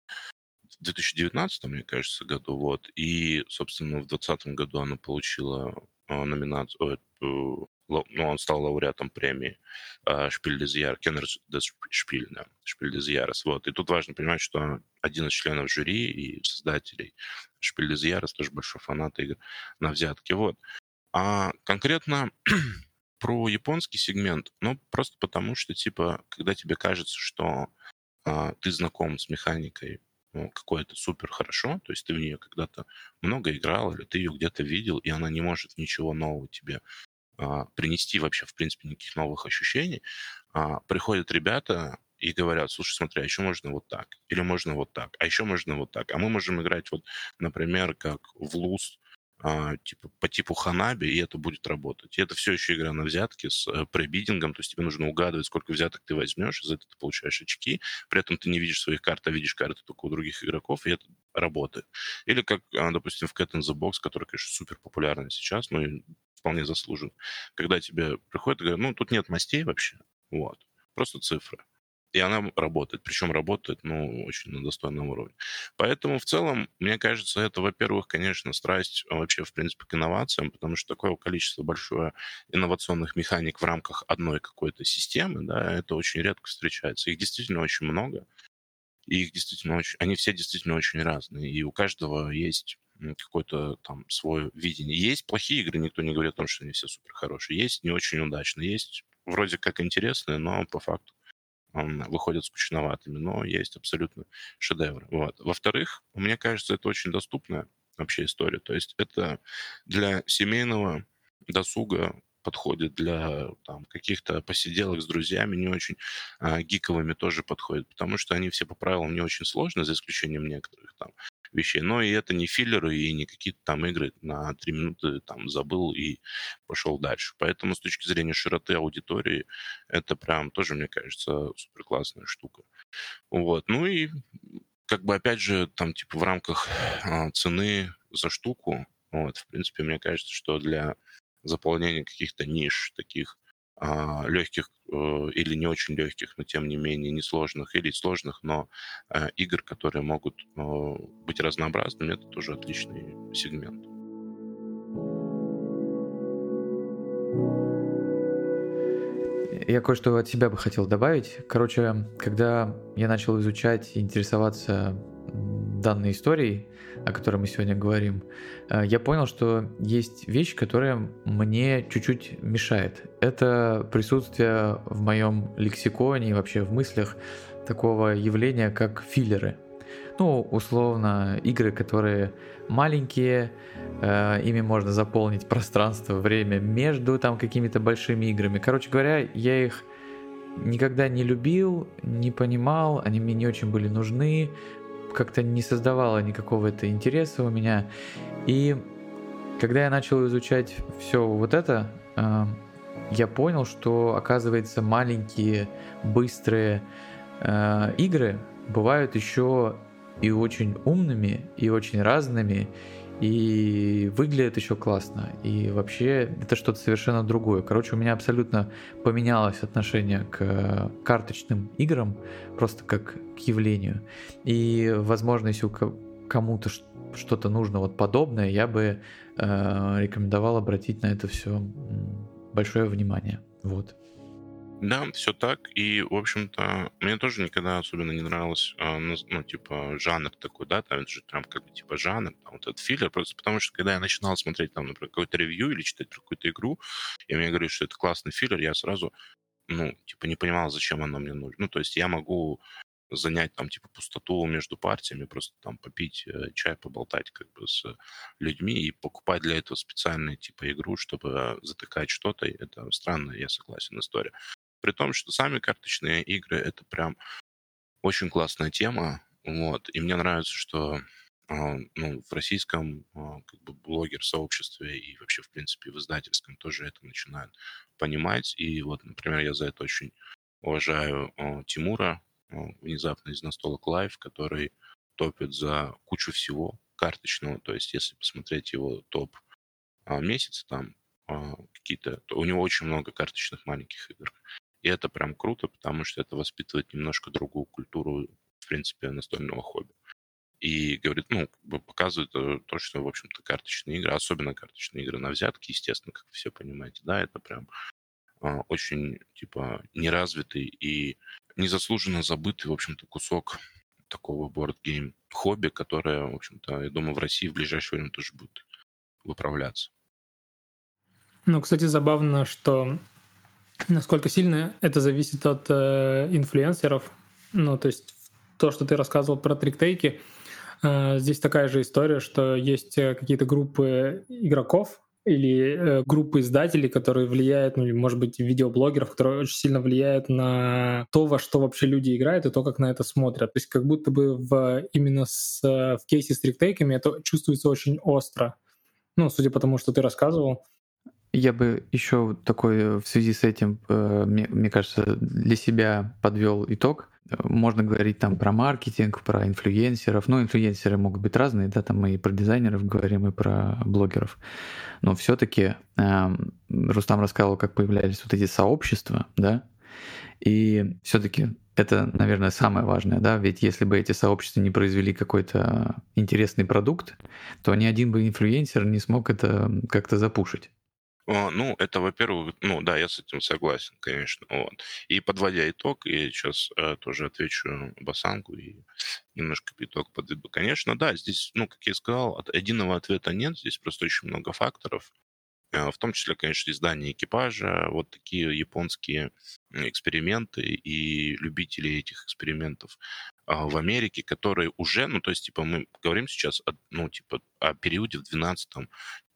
2019, мне кажется, году, вот, и, собственно, в 2020 году она получила номинацию, ну, он стал лауреатом премии Шпиль des Jahres, Kenner des Spiel, да, Шпиль des Jahres, вот. И тут важно понимать, что один из членов жюри и создателей Шпиль des Jahres тоже большой фанат игр на взятке, вот. А конкретно про японский сегмент, ну, просто потому что, типа, когда тебе кажется, что ты знаком с механикой какой-то супер хорошо, то есть ты в нее когда-то много играл, или ты ее где-то видел, и она не может ничего нового тебе принести вообще, в принципе, никаких новых ощущений, приходят ребята и говорят, слушай, смотри, а еще можно вот так, или можно вот так, а еще можно вот так, а мы можем играть вот, например, как в луз, типа, по типу Ханаби, и это будет работать. И это все еще игра на взятки с пребидингом, то есть тебе нужно угадывать, сколько взяток ты возьмешь, за это ты получаешь очки, при этом ты не видишь своих карт, а видишь карты только у других игроков, и это работает. Или как, допустим, в Cat in the Box, который, конечно, супер популярный сейчас, но и вполне заслужен. Когда тебе приходят и говорят, ну, тут нет мастей вообще, вот, просто цифры. И она работает, причем работает, ну, очень на достойном уровне. Поэтому в целом, мне кажется, это, во-первых, конечно, страсть вообще, в принципе, к инновациям, потому что такое количество большое инновационных механик в рамках одной какой-то системы, да, это очень редко встречается. Их действительно очень много, и их действительно очень, они все действительно очень разные, и у каждого есть какое-то там свое видение. Есть плохие игры, никто не говорит о том, что они все супер хорошие. Есть не очень удачные, есть вроде как интересные, но по факту выходят скучноватыми, но есть абсолютно шедевры. Вот. Во-вторых, мне кажется, это очень доступная вообще история. То есть это для семейного досуга подходит для там, каких-то посиделок с друзьями, не очень гиковыми тоже подходит, потому что они все по правилам не очень сложны, за исключением некоторых там вещей. Но и это не филлеры и не какие-то там игры на 3 минуты там забыл и пошел дальше. Поэтому с точки зрения широты аудитории это прям тоже, мне кажется, супер классная штука. Вот. Ну и как бы опять же там типа в рамках цены за штуку, вот, в принципе, мне кажется, что для заполнения каких-то ниш таких легких или не очень легких, но тем не менее несложных или сложных, но игр, которые могут быть разнообразными, это тоже отличный сегмент. Я кое-что от себя бы хотел добавить. Короче, когда я начал изучать и интересоваться данной историей, о которой мы сегодня говорим, я понял, что есть вещь, которая мне чуть-чуть мешает. Это присутствие в моем лексиконе и вообще в мыслях такого явления, как филлеры. Ну, условно, игры, которые маленькие, ими можно заполнить пространство, время между там какими-то большими играми. Короче говоря, я их никогда не любил, не понимал, они мне не очень были нужны, как-то не создавало никакого это интереса у меня. И когда я начал изучать все вот это, я понял, что, оказывается, маленькие, быстрые игры бывают еще и очень умными, и очень разными, и выглядят еще классно. И вообще это что-то совершенно другое. Короче, у меня абсолютно поменялось отношение к карточным играм, просто как к явлению. И, возможно, если кому-то что-то нужно вот подобное, я бы рекомендовал обратить на это все большое внимание. Вот. Да, все так. И, в общем-то, мне тоже никогда особенно не нравилось, ну, типа, жанр такой, да, там это же прям как бы типа жанр, там, вот этот филлер, просто потому что, когда я начинал смотреть, там, например, какое-то ревью или читать про какую-то игру, и мне говорят, что это классный филлер, я сразу, ну, типа, не понимал, зачем оно мне нужно. Ну, то есть я могу занять там, типа, пустоту между партиями, просто там попить чай, поболтать как бы с людьми и покупать для этого специальную, типа, игру, чтобы затыкать что-то. Это странная, я согласен, история. При том, что сами карточные игры — это прям очень классная тема. Вот. И мне нравится, что ну, в российском как бы блогер-сообществе и вообще, в принципе, в издательском тоже это начинают понимать. И вот, например, я за это очень уважаю Тимура, внезапно из Настолок Лайв, который топит за кучу всего карточного. То есть, если посмотреть его топ месяца, там какие-то, то у него очень много карточных маленьких игр. И это прям круто, потому что это воспитывает немножко другую культуру, в принципе, настольного хобби. И говорит, ну, как бы показывает то, что, в общем-то, карточные игры, особенно карточные игры на взятки, естественно, как вы все понимаете, да, это прям очень, типа, неразвитый и незаслуженно забытый, в общем-то, кусок такого board-game хобби, которое, в общем-то, я думаю, в России в ближайшее время тоже будет выправляться. Ну, кстати, забавно, что насколько сильно это зависит от инфлюенсеров. Ну, то есть то, что ты рассказывал про триктейки, здесь такая же история, что есть какие-то группы игроков или группы издателей, которые влияют, ну или, может быть, видеоблогеров, которые очень сильно влияют на то, во что вообще люди играют и то, как на это смотрят. То есть как будто бы именно в кейсе с триктейками это чувствуется очень остро. Ну, судя по тому, что ты рассказывал. Я бы еще такой в связи с этим, мне кажется, для себя подвел итог. Можно говорить там про маркетинг, про инфлюенсеров. Ну, инфлюенсеры могут быть разные, да, там мы и про дизайнеров говорим, и про блогеров. Но все-таки Рустам рассказывал, как появлялись вот эти сообщества, да, и все-таки это, наверное, самое важное, да, ведь если бы эти сообщества не произвели какой-то интересный продукт, то ни один бы инфлюенсер не смог это как-то запушить. Ну, это, во-первых, ну да, я с этим согласен, конечно. Вот. И подводя итог, я сейчас тоже отвечу Басангу и немножко итог подведу. Конечно, да, здесь, ну, как я сказал, единого ответа нет, здесь просто очень много факторов. В том числе, конечно, издание экипажа, вот такие японские эксперименты и любители этих экспериментов в Америке, которые уже, ну, то есть, типа, мы говорим сейчас, ну, типа, о периоде в 12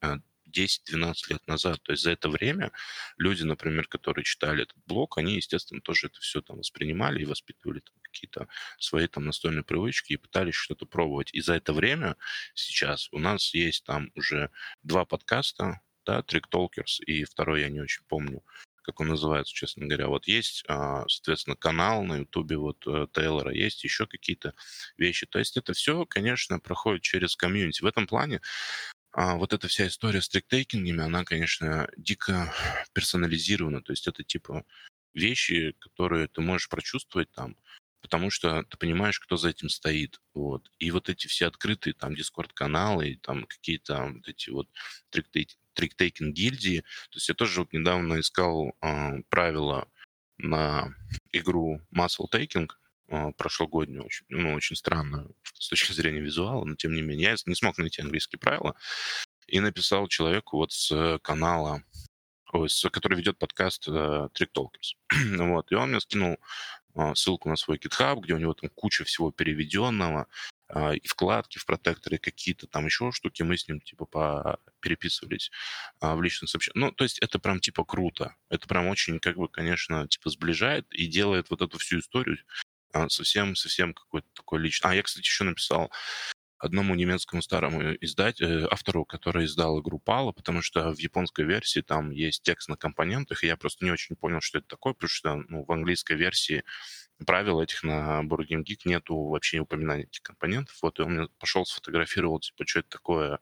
10-12 лет назад. То есть за это время люди, например, которые читали этот блог, они, естественно, тоже это все там воспринимали и воспитывали там какие-то свои там настольные привычки и пытались что-то пробовать. И за это время сейчас у нас есть там уже 2 подкаста, да, Trick Talkers, и второй я не очень помню, как он называется, честно говоря. Вот есть, соответственно, канал на Ютубе вот Тейлора, есть еще какие-то вещи. То есть это все, конечно, проходит через комьюнити. В этом плане вот эта вся история с триктейкингами, она, конечно, дико персонализирована. То есть это типа вещи, которые ты можешь прочувствовать там, потому что ты понимаешь, кто за этим стоит. Вот. И вот эти все открытые там Discord-каналы, и там какие-то вот эти вот триктейкинг-гильдии. То есть я тоже вот недавно искал правила на игру Muscle Taking, прошлогоднюю, очень, ну, очень странную с точки зрения визуала, но тем не менее. Я не смог найти английские правила и написал человеку вот с канала, который ведет подкаст Trick Talkers. Вот. И он мне скинул ссылку на свой GitHub, где у него там куча всего переведенного, и вкладки в протекторе какие-то, там еще штуки. Мы с ним типа переписывались в личных сообщениях. Ну, то есть это прям типа круто. Это прям очень, как бы, конечно, типа сближает и делает вот эту всю историю совсем какой-то такой личный. Я, кстати, еще написал одному немецкому старому автору, который издал игру Пала, потому что в японской версии там есть текст на компонентах, и я просто не очень понял, что это такое, потому что в английской версии правил этих на Board Game Geek нету вообще упоминания этих компонентов. Вот, и он мне пошел сфотографировал, типа, что это такое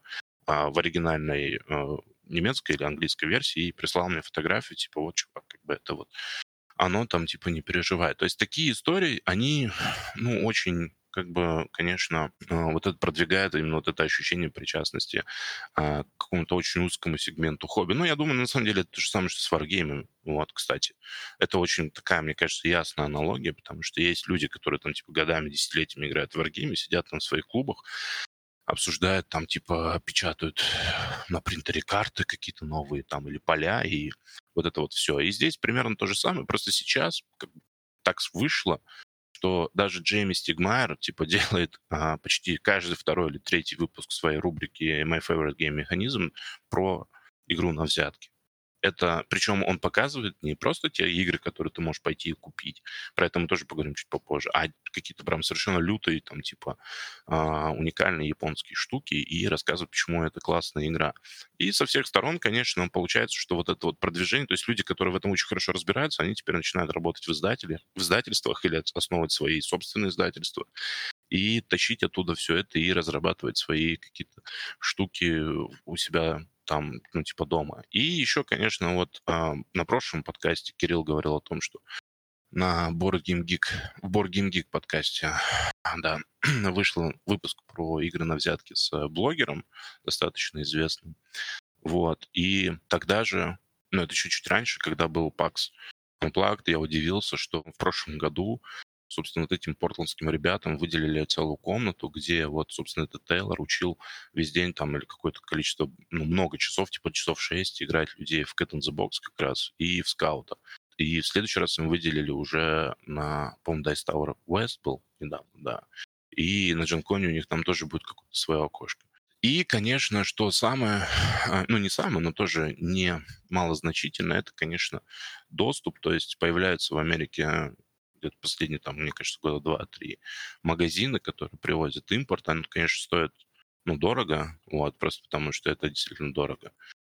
в оригинальной немецкой или английской версии, и прислал мне фотографию, типа, вот, чувак, как бы это вот оно там, типа, не переживает. То есть такие истории, они, ну, очень, как бы, конечно, вот это продвигает именно вот это ощущение причастности к какому-то очень узкому сегменту хобби. Ну, я думаю, на самом деле, это то же самое, что с варгеймами. Вот, кстати. Это очень такая, мне кажется, ясная аналогия, потому что есть люди, которые там, типа, годами, десятилетиями играют в варгеймы, сидят там в своих клубах, обсуждают, там, типа, печатают на принтере карты какие-то новые там или поля, и вот это вот все. И здесь примерно то же самое, просто сейчас как бы так вышло, что даже Джейми Стигмайер, типа, делает почти каждый второй или третий выпуск своей рубрики My Favorite Game Mechanism про игру на взятки. Это, причем он показывает не просто те игры, которые ты можешь пойти и купить, про это мы тоже поговорим чуть попозже, а какие-то прям совершенно лютые, там, типа, уникальные японские штуки и рассказывает, почему это классная игра. И со всех сторон, конечно, получается, что вот это вот продвижение, то есть люди, которые в этом очень хорошо разбираются, они теперь начинают работать в издательствах или основывать свои собственные издательства и тащить оттуда все это и разрабатывать свои какие-то штуки у себя там, ну, типа дома. И еще, конечно, вот на прошлом подкасте Кирилл говорил о том, что на Board Game Geek, в Board Game Geek подкасте, да, вышел выпуск про игры на взятки с блогером, достаточно известным. Вот. И тогда же, ну, это чуть-чуть раньше, когда был PAX Unplugged, я удивился, что в прошлом году, собственно, вот этим портландским ребятам выделили целую комнату, где вот, собственно, этот Тейлор учил весь день там или какое-то количество, ну, много часов, типа часов 6 играть людей в Cat in the Box как раз и в Скаута. И в следующий раз им выделили уже на, по-моему, Dice Tower West был недавно, да. И на Джанконе у них там тоже будет какое-то свое окошко. И, конечно, что самое, ну не самое, но тоже не малозначительно, это, конечно, доступ. То есть появляются в Америке где-то последние, там, мне кажется, года 2-3 магазины, которые привозят импорт. Они, конечно, стоят, ну, дорого, вот, просто потому что это действительно дорого.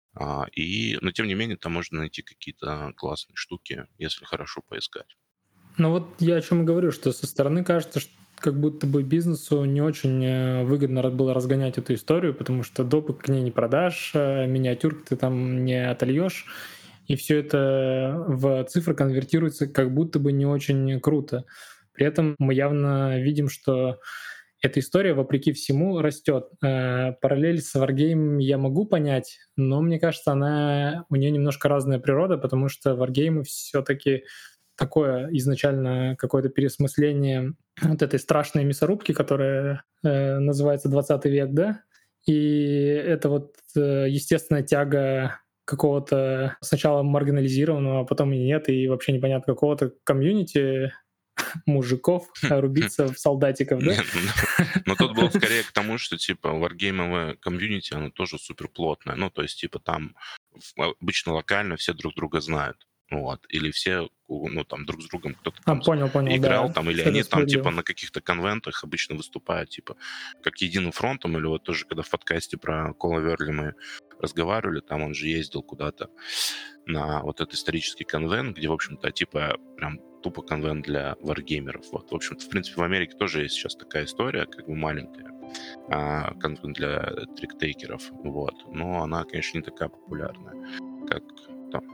Но, тем не менее, там можно найти какие-то классные штуки, если хорошо поискать. Ну вот я о чем и говорю, что со стороны кажется, что как будто бы бизнесу не очень выгодно было разгонять эту историю, потому что допы к ней не продашь, миниатюрки ты там не отольешь, и все это в цифры конвертируется как будто бы не очень круто. При этом мы явно видим, что эта история, вопреки всему, растет. Параллель с Wargame я могу понять, но мне кажется, у нее немножко разная природа, потому что Wargame все-таки такое изначально какое-то переосмысление вот этой страшной мясорубки, которая называется 20 век, да? И это вот естественная тяга какого-то сначала маргинализированного, а потом и нет, и вообще непонятно какого-то комьюнити мужиков рубиться в солдатиков, да? Нет, но тут было скорее к тому, что, типа, варгеймовое комьюнити, оно тоже супер плотное. Ну, то есть, типа, там обычно локально все друг друга знают. Вот. Или все, ну, там, друг с другом кто-то там Понял, играл, да. там, или Это они там, справедливо. типа, на каких-то конвентах обычно выступают, типа, как единым фронтом, или вот тоже, когда в подкасте про Кола Верли мы разговаривали, там он же ездил куда-то на вот этот исторический конвент, где, в общем-то, типа, прям тупо конвент для варгеймеров. Вот, в общем-то, в принципе, в Америке тоже есть сейчас такая история, как бы маленькая, конвент для триктейкеров, вот. Но она, конечно, не такая популярная, как там.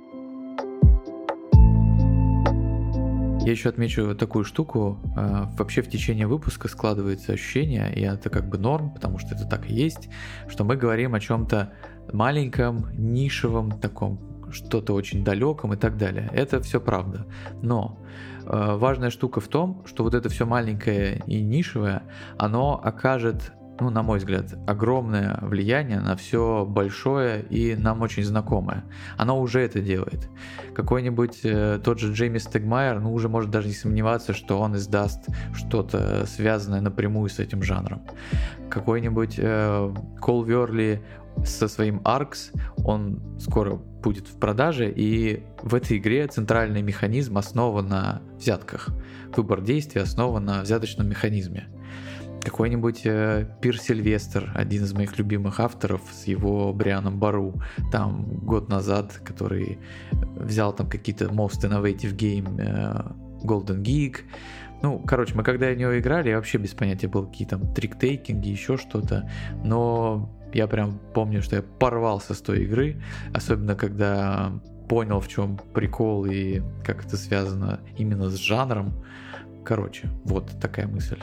Я еще отмечу такую штуку. Вообще в течение выпуска складывается ощущение, и это как бы норм, потому что это так и есть, что мы говорим о чем-то маленьком, нишевом, таком, что-то очень далеком и так далее. Это все правда. Но важная штука в том, что вот это все маленькое и нишевое, оно окажет, ну, на мой взгляд, огромное влияние на все большое и нам очень знакомое. Оно уже это делает. Какой-нибудь тот же Джейми Стегмайер, ну, уже может даже не сомневаться, что он издаст что-то связанное напрямую с этим жанром. Какой-нибудь Кол Верли со своим Arx, он скоро будет в продаже, и в этой игре центральный механизм основан на взятках. Выбор действий основан на взяточном механизме. Какой-нибудь Пир Сильвестр, один из моих любимых авторов, с его Брианом Бару, там год назад, который взял там какие-то Most Innovative Game, Golden Geek. Ну, короче, мы когда в него играли, я вообще без понятия был, какие там трик-тейкинги, еще что-то, но я прям помню, что я порвался с той игры, особенно когда понял, в чем прикол и как это связано именно с жанром. Короче, вот такая мысль.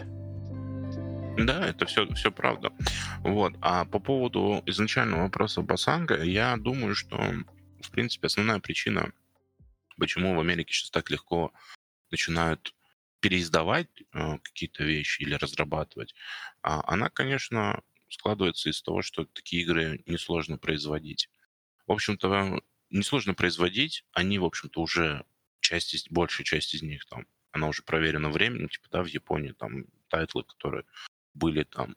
Да, это все правда. Вот. А по поводу изначального вопроса Басанга, я думаю, что, в принципе, основная причина, почему в Америке сейчас так легко начинают переиздавать какие-то вещи или разрабатывать, она, конечно, складывается из того, что такие игры несложно производить. В общем-то, несложно производить, они, в общем-то, уже большая часть из них там, она уже проверена временем, типа, да, в Японии там тайтлы, которые были там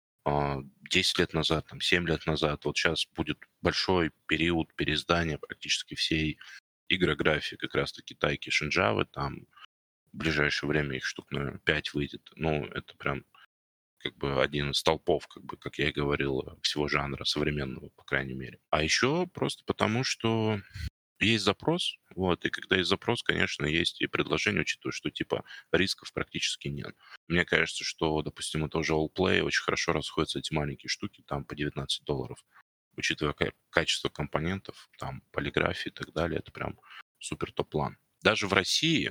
10 лет назад, там, 7 лет назад. Вот сейчас будет большой период переиздания практически всей игрографии, как раз-таки Тайки Шинджавы. Там в ближайшее время их штук, наверное, 5 выйдет. Ну, это прям как бы один из столпов, как бы, как я и говорил, всего жанра современного, по крайней мере. А еще просто потому, что есть запрос, вот, и когда есть запрос, конечно, есть и предложение, учитывая, что, типа, рисков практически нет. Мне кажется, что, допустим, у того же Allplay очень хорошо расходятся эти маленькие штуки, там, по $19, учитывая качество компонентов, там, полиграфии и так далее, это прям супер топ-план. Даже в России,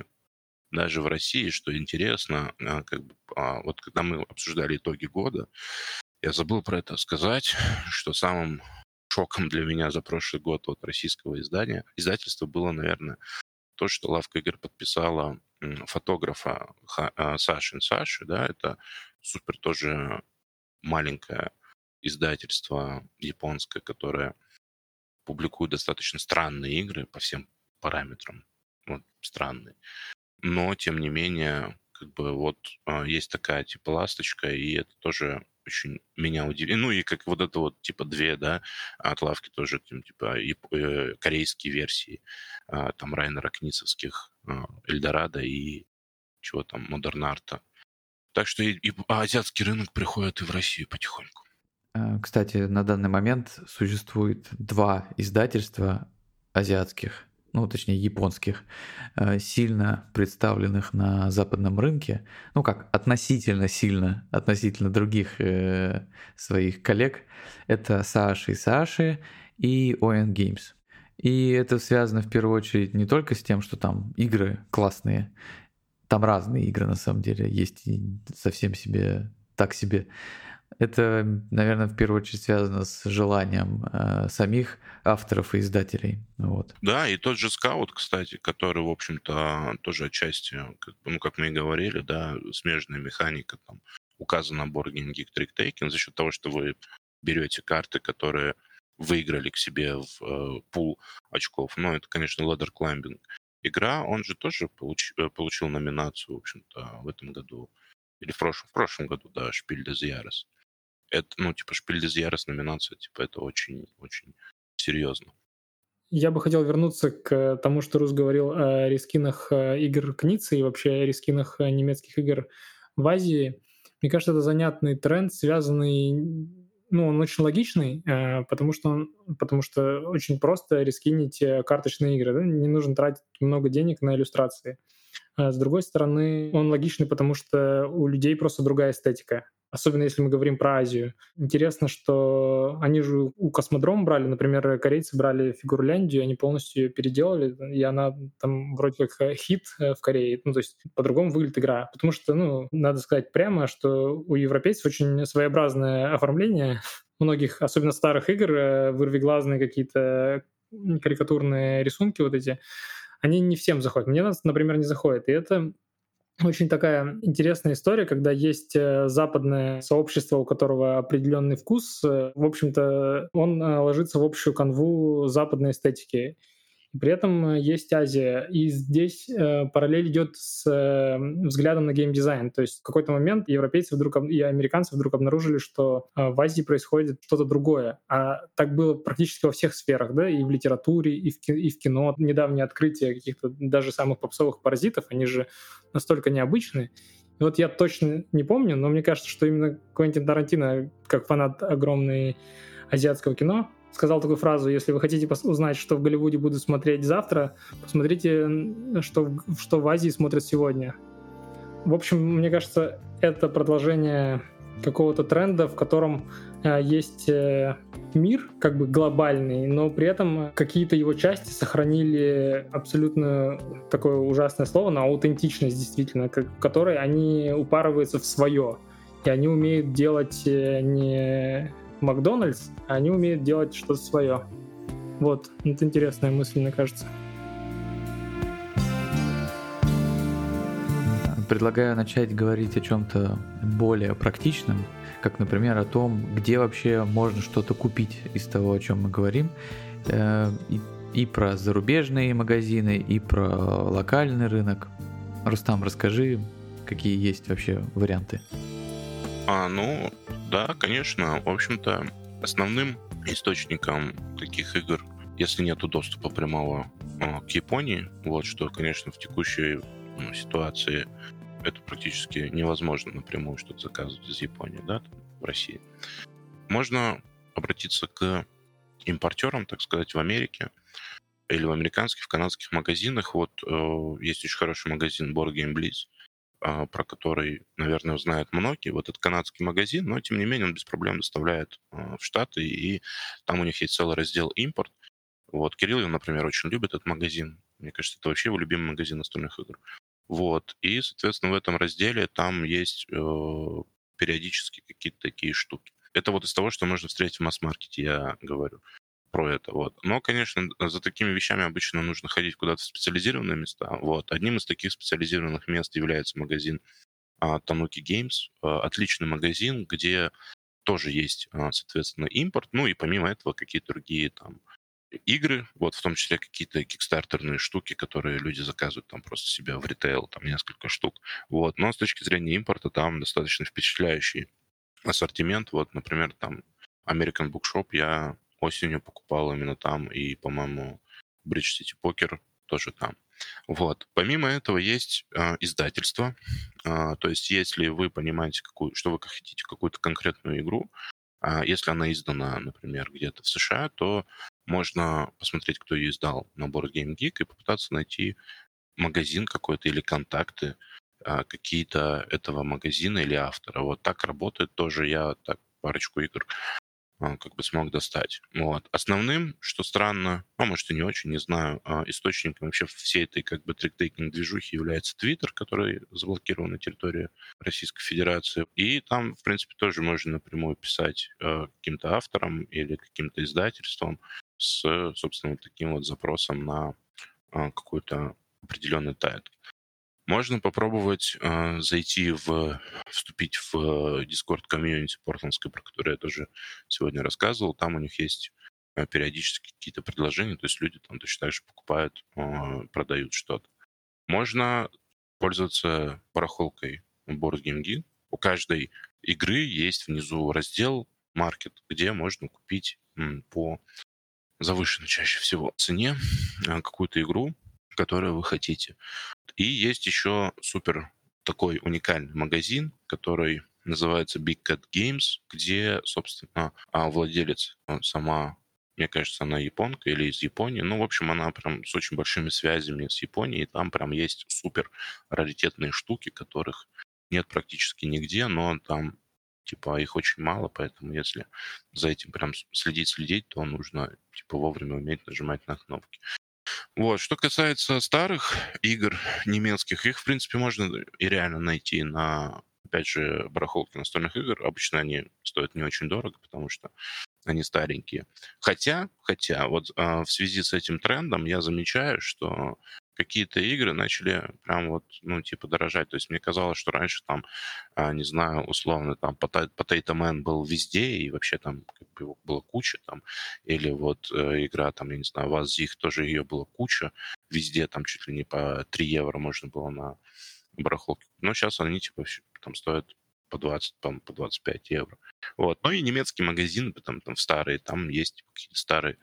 что интересно, как бы, вот когда мы обсуждали итоги года, я забыл про это сказать, что самым шоком для меня за прошлый год от российского издательства было, наверное, то, что Лавка игр подписала фотографа Саши, да, это супер тоже маленькое издательство японское, которое публикует достаточно странные игры по всем параметрам, вот, странные. Но, тем не менее, как бы вот есть такая типа ласточка, и это тоже очень меня удивило. Ну и как вот это вот типа две, да, от Лавки тоже типа корейские версии, там Райнера Кницевских, Эльдорадо и чего там, Модернарта. Так что азиатский рынок приходит и в Россию потихоньку. Кстати, на данный момент существует 2 издательства азиатских, ну, точнее, японских, сильно представленных на западном рынке. Ну, как, относительно сильно, относительно других своих коллег. Это Сааши и ON Games. И это связано в первую очередь не только с тем, что там игры классные, там разные игры на самом деле, есть и совсем себе, так себе. Это, наверное, в первую очередь связано с желанием самих авторов и издателей. Вот. Да, и тот же Скаут, кстати, который, в общем-то, тоже отчасти, ну, как мы и говорили, да, смежная механика, там, указан набор Game Geek Trick Taking за счет того, что вы берете карты, которые выиграли к себе в пул очков. Ну, это, конечно, ladder climbing игра, он же тоже получил номинацию, в общем-то, в этом году. Или в прошлом году, да, Spiel des Jahres. Это, ну, типа, Spiel des Jahres номинация, типа, это очень-очень серьезно. Я бы хотел вернуться к тому, что Рус говорил о рескинах игр к Ницце и вообще о рескинах немецких игр в Азии. Мне кажется, это занятный тренд, связанный, ну, он очень логичный, потому что очень просто рескинить карточные игры, да? Не нужно тратить много денег на иллюстрации. А с другой стороны, он логичный, потому что у людей просто другая эстетика. Особенно если мы говорим про Азию. Интересно, что они же у Космодрома брали, например, корейцы брали Фигурляндию, они полностью ее переделали, и она там вроде как хит в Корее. Ну, то есть по-другому выглядит игра. Потому что, ну, надо сказать прямо, что у европейцев очень своеобразное оформление многих, особенно старых игр, вырвиглазные какие-то карикатурные рисунки вот эти, они не всем заходят. Мне, например, не заходит. И это очень такая интересная история, когда есть западное сообщество, у которого определенный вкус. В общем-то, он ложится в общую канву западной эстетики. При этом есть Азия, и здесь параллель идет с взглядом на геймдизайн. То есть в какой-то момент европейцы вдруг и американцы вдруг обнаружили, что в Азии происходит что-то другое. А так было практически во всех сферах, да, и в литературе, и в кино. Недавнее открытие каких-то даже самых попсовых паразитов, они же настолько необычны. И вот я точно не помню, но мне кажется, что именно Квентин Тарантино, как фанат огромный азиатского кино, сказал такую фразу: если вы хотите узнать, что в Голливуде будут смотреть завтра, посмотрите, что в Азии смотрят сегодня. В общем, мне кажется, это продолжение какого-то тренда, в котором есть мир как бы глобальный, но при этом какие-то его части сохранили абсолютно такое ужасное слово, но аутентичность действительно, в которой они упарываются в свое. И они умеют делать не Макдональдс, а они умеют делать что-то свое. Вот, это интересная мысль, мне кажется. Предлагаю начать говорить о чем-то более практичном, как, например, о том, где вообще можно что-то купить из того, о чем мы говорим, и про зарубежные магазины, и про локальный рынок. Рустам, расскажи, какие есть вообще варианты. Ну, да, конечно. В общем-то, основным источником таких игр, если нету доступа прямого к Японии, вот что, конечно, в текущей ситуации это практически невозможно напрямую что-то заказывать из Японии, да, в России. Можно обратиться к импортерам, так сказать, в Америке или в американских, в канадских магазинах. Вот есть очень хороший магазин Board Game Bliss, про который, наверное, знают многие. Вот этот канадский магазин, но, тем не менее, он без проблем доставляет в Штаты, и там у них есть целый раздел «Импорт». Вот, Кирилл, например, очень любит этот магазин. Мне кажется, это вообще его любимый магазин настольных игр. Вот, и, соответственно, в этом разделе там есть периодически какие-то такие штуки. Это вот из того, что можно встретить в масс-маркете, я говорю про это. Вот. Но, конечно, за такими вещами обычно нужно ходить куда-то в специализированные места. Вот. Одним из таких специализированных мест является магазин Tanuki Games. Отличный магазин, где тоже есть, соответственно, импорт. Ну и помимо этого какие-то другие там игры, вот в том числе какие-то кикстартерные штуки, которые люди заказывают там просто себе в ритейл, там несколько штук. Вот. Но с точки зрения импорта там достаточно впечатляющий ассортимент. Вот, например, там American Bookshop я осенью покупал именно там, и, по-моему, Bridge City Poker тоже там. Вот. Помимо этого есть издательство. То есть если вы понимаете, что вы хотите какую-то конкретную игру, если она издана, например, где-то в США, то можно посмотреть, кто ее издал на Board Game Geek и попытаться найти магазин какой-то или контакты какие-то этого магазина или автора. Вот так работает тоже. Я так парочку игр как бы смог достать. Вот. Основным, что странно, может и не очень, не знаю, источником вообще всей этой как бы трик-тейкинг-движухи является Twitter, который заблокирован на территории Российской Федерации. И там, в принципе, тоже можно напрямую писать каким-то авторам или каким-то издательствам с, собственно, вот таким вот запросом на какой-то определенный тайтл. Можно попробовать вступить в Discord комьюнити портлендской, про которую я тоже сегодня рассказывал. Там у них есть периодически какие-то предложения, то есть люди там точно так же покупают, продают что-то. Можно пользоваться барахолкой Board Game Geek. У каждой игры есть внизу раздел Market, где можно купить по завышенной чаще всего цене какую-то игру, которую вы хотите. И есть еще супер такой уникальный магазин, который называется Big Cat Games, где, собственно, владелец сама, мне кажется, она японка или из Японии. Ну, в общем, она прям с очень большими связями с Японией. И там прям есть супер раритетные штуки, которых нет практически нигде, но там типа их очень мало, поэтому если за этим прям следить, то нужно типа вовремя уметь нажимать на кнопки. Вот. Что касается старых игр немецких, их, в принципе, можно и реально найти на, опять же, барахолке настольных игр. Обычно они стоят не очень дорого, потому что они старенькие. Хотя вот в связи с этим трендом я замечаю, что какие-то игры начали прям вот, ну, типа, дорожать. То есть мне казалось, что раньше там, не знаю, условно, там Potato Man был везде, и вообще там как бы его было куча там. Или вот игра там, я не знаю, Ваззих, тоже ее было куча. Везде там чуть ли не по 3 евро можно было на барахолке. Но сейчас они типа там стоят по 20, по 25 евро. Вот. Ну и немецкие магазины, там старые, там есть какие-то старые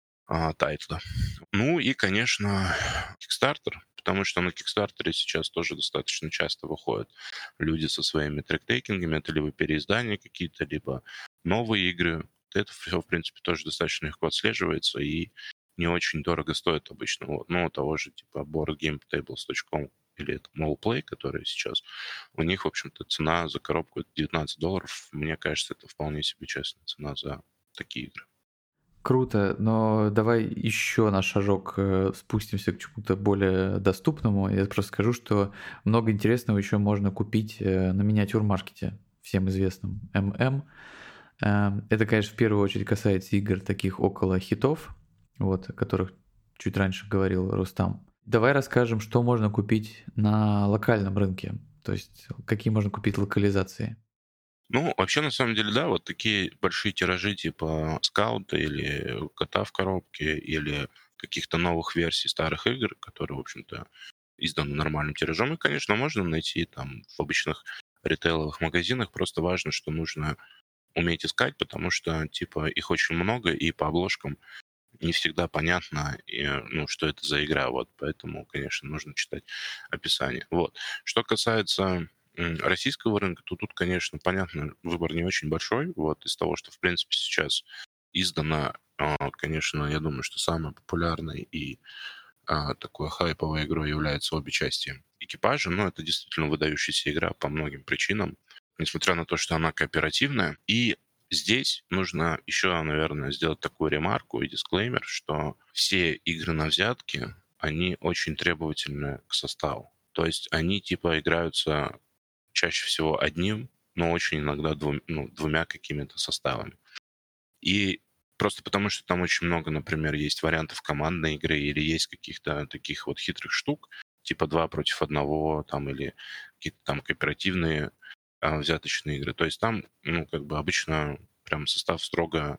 тайтлы. Ну и, конечно, Kickstarter, потому что на Kickstarter сейчас тоже достаточно часто выходят люди со своими тректейкингами. Это либо переиздания какие-то, либо новые игры. Это все, в принципе, тоже достаточно легко отслеживается и не очень дорого стоит обычно. Вот. Ну, у того же типа boardgametables.com или это MallPlay, который сейчас, у них, в общем-то, цена за коробку это $19. Мне кажется, это вполне себе честная цена за такие игры. Круто, но давай еще на шажок спустимся к чему-то более доступному. Я просто скажу, что много интересного еще можно купить на миниатюр-маркете, всем известном ММ. Это, конечно, в первую очередь касается игр таких около хитов, вот, о которых чуть раньше говорил Рустам. Давай расскажем, что можно купить на локальном рынке, то есть какие можно купить локализации. Ну, вообще, на самом деле, да, вот такие большие тиражи типа Скаута или Кота в коробке, или каких-то новых версий старых игр, которые, в общем-то, изданы нормальным тиражом, и, конечно, можно найти там в обычных ритейловых магазинах. Просто важно, что нужно уметь искать, потому что, типа, их очень много, и по обложкам не всегда понятно, ну, что это за игра, вот, поэтому, конечно, нужно читать описание. Вот. Что касается российского рынка, то тут, конечно, понятно, выбор не очень большой, вот, из того, что, в принципе, сейчас издано, конечно, я думаю, что самой популярной и такой хайповой игрой являются обе части Экипажа, но это действительно выдающаяся игра по многим причинам, несмотря на то, что она кооперативная, и здесь нужно еще, наверное, сделать такую ремарку и дисклеймер, что все игры на взятки, они очень требовательны к составу. То есть они типа играются чаще всего одним, но очень иногда двумя какими-то составами. И просто потому, что там очень много, например, есть вариантов командной игры или есть каких-то таких вот хитрых штук, типа 2 против 1, там, или какие-то там кооперативные взяточные игры. То есть там, ну, как бы обычно прям состав строго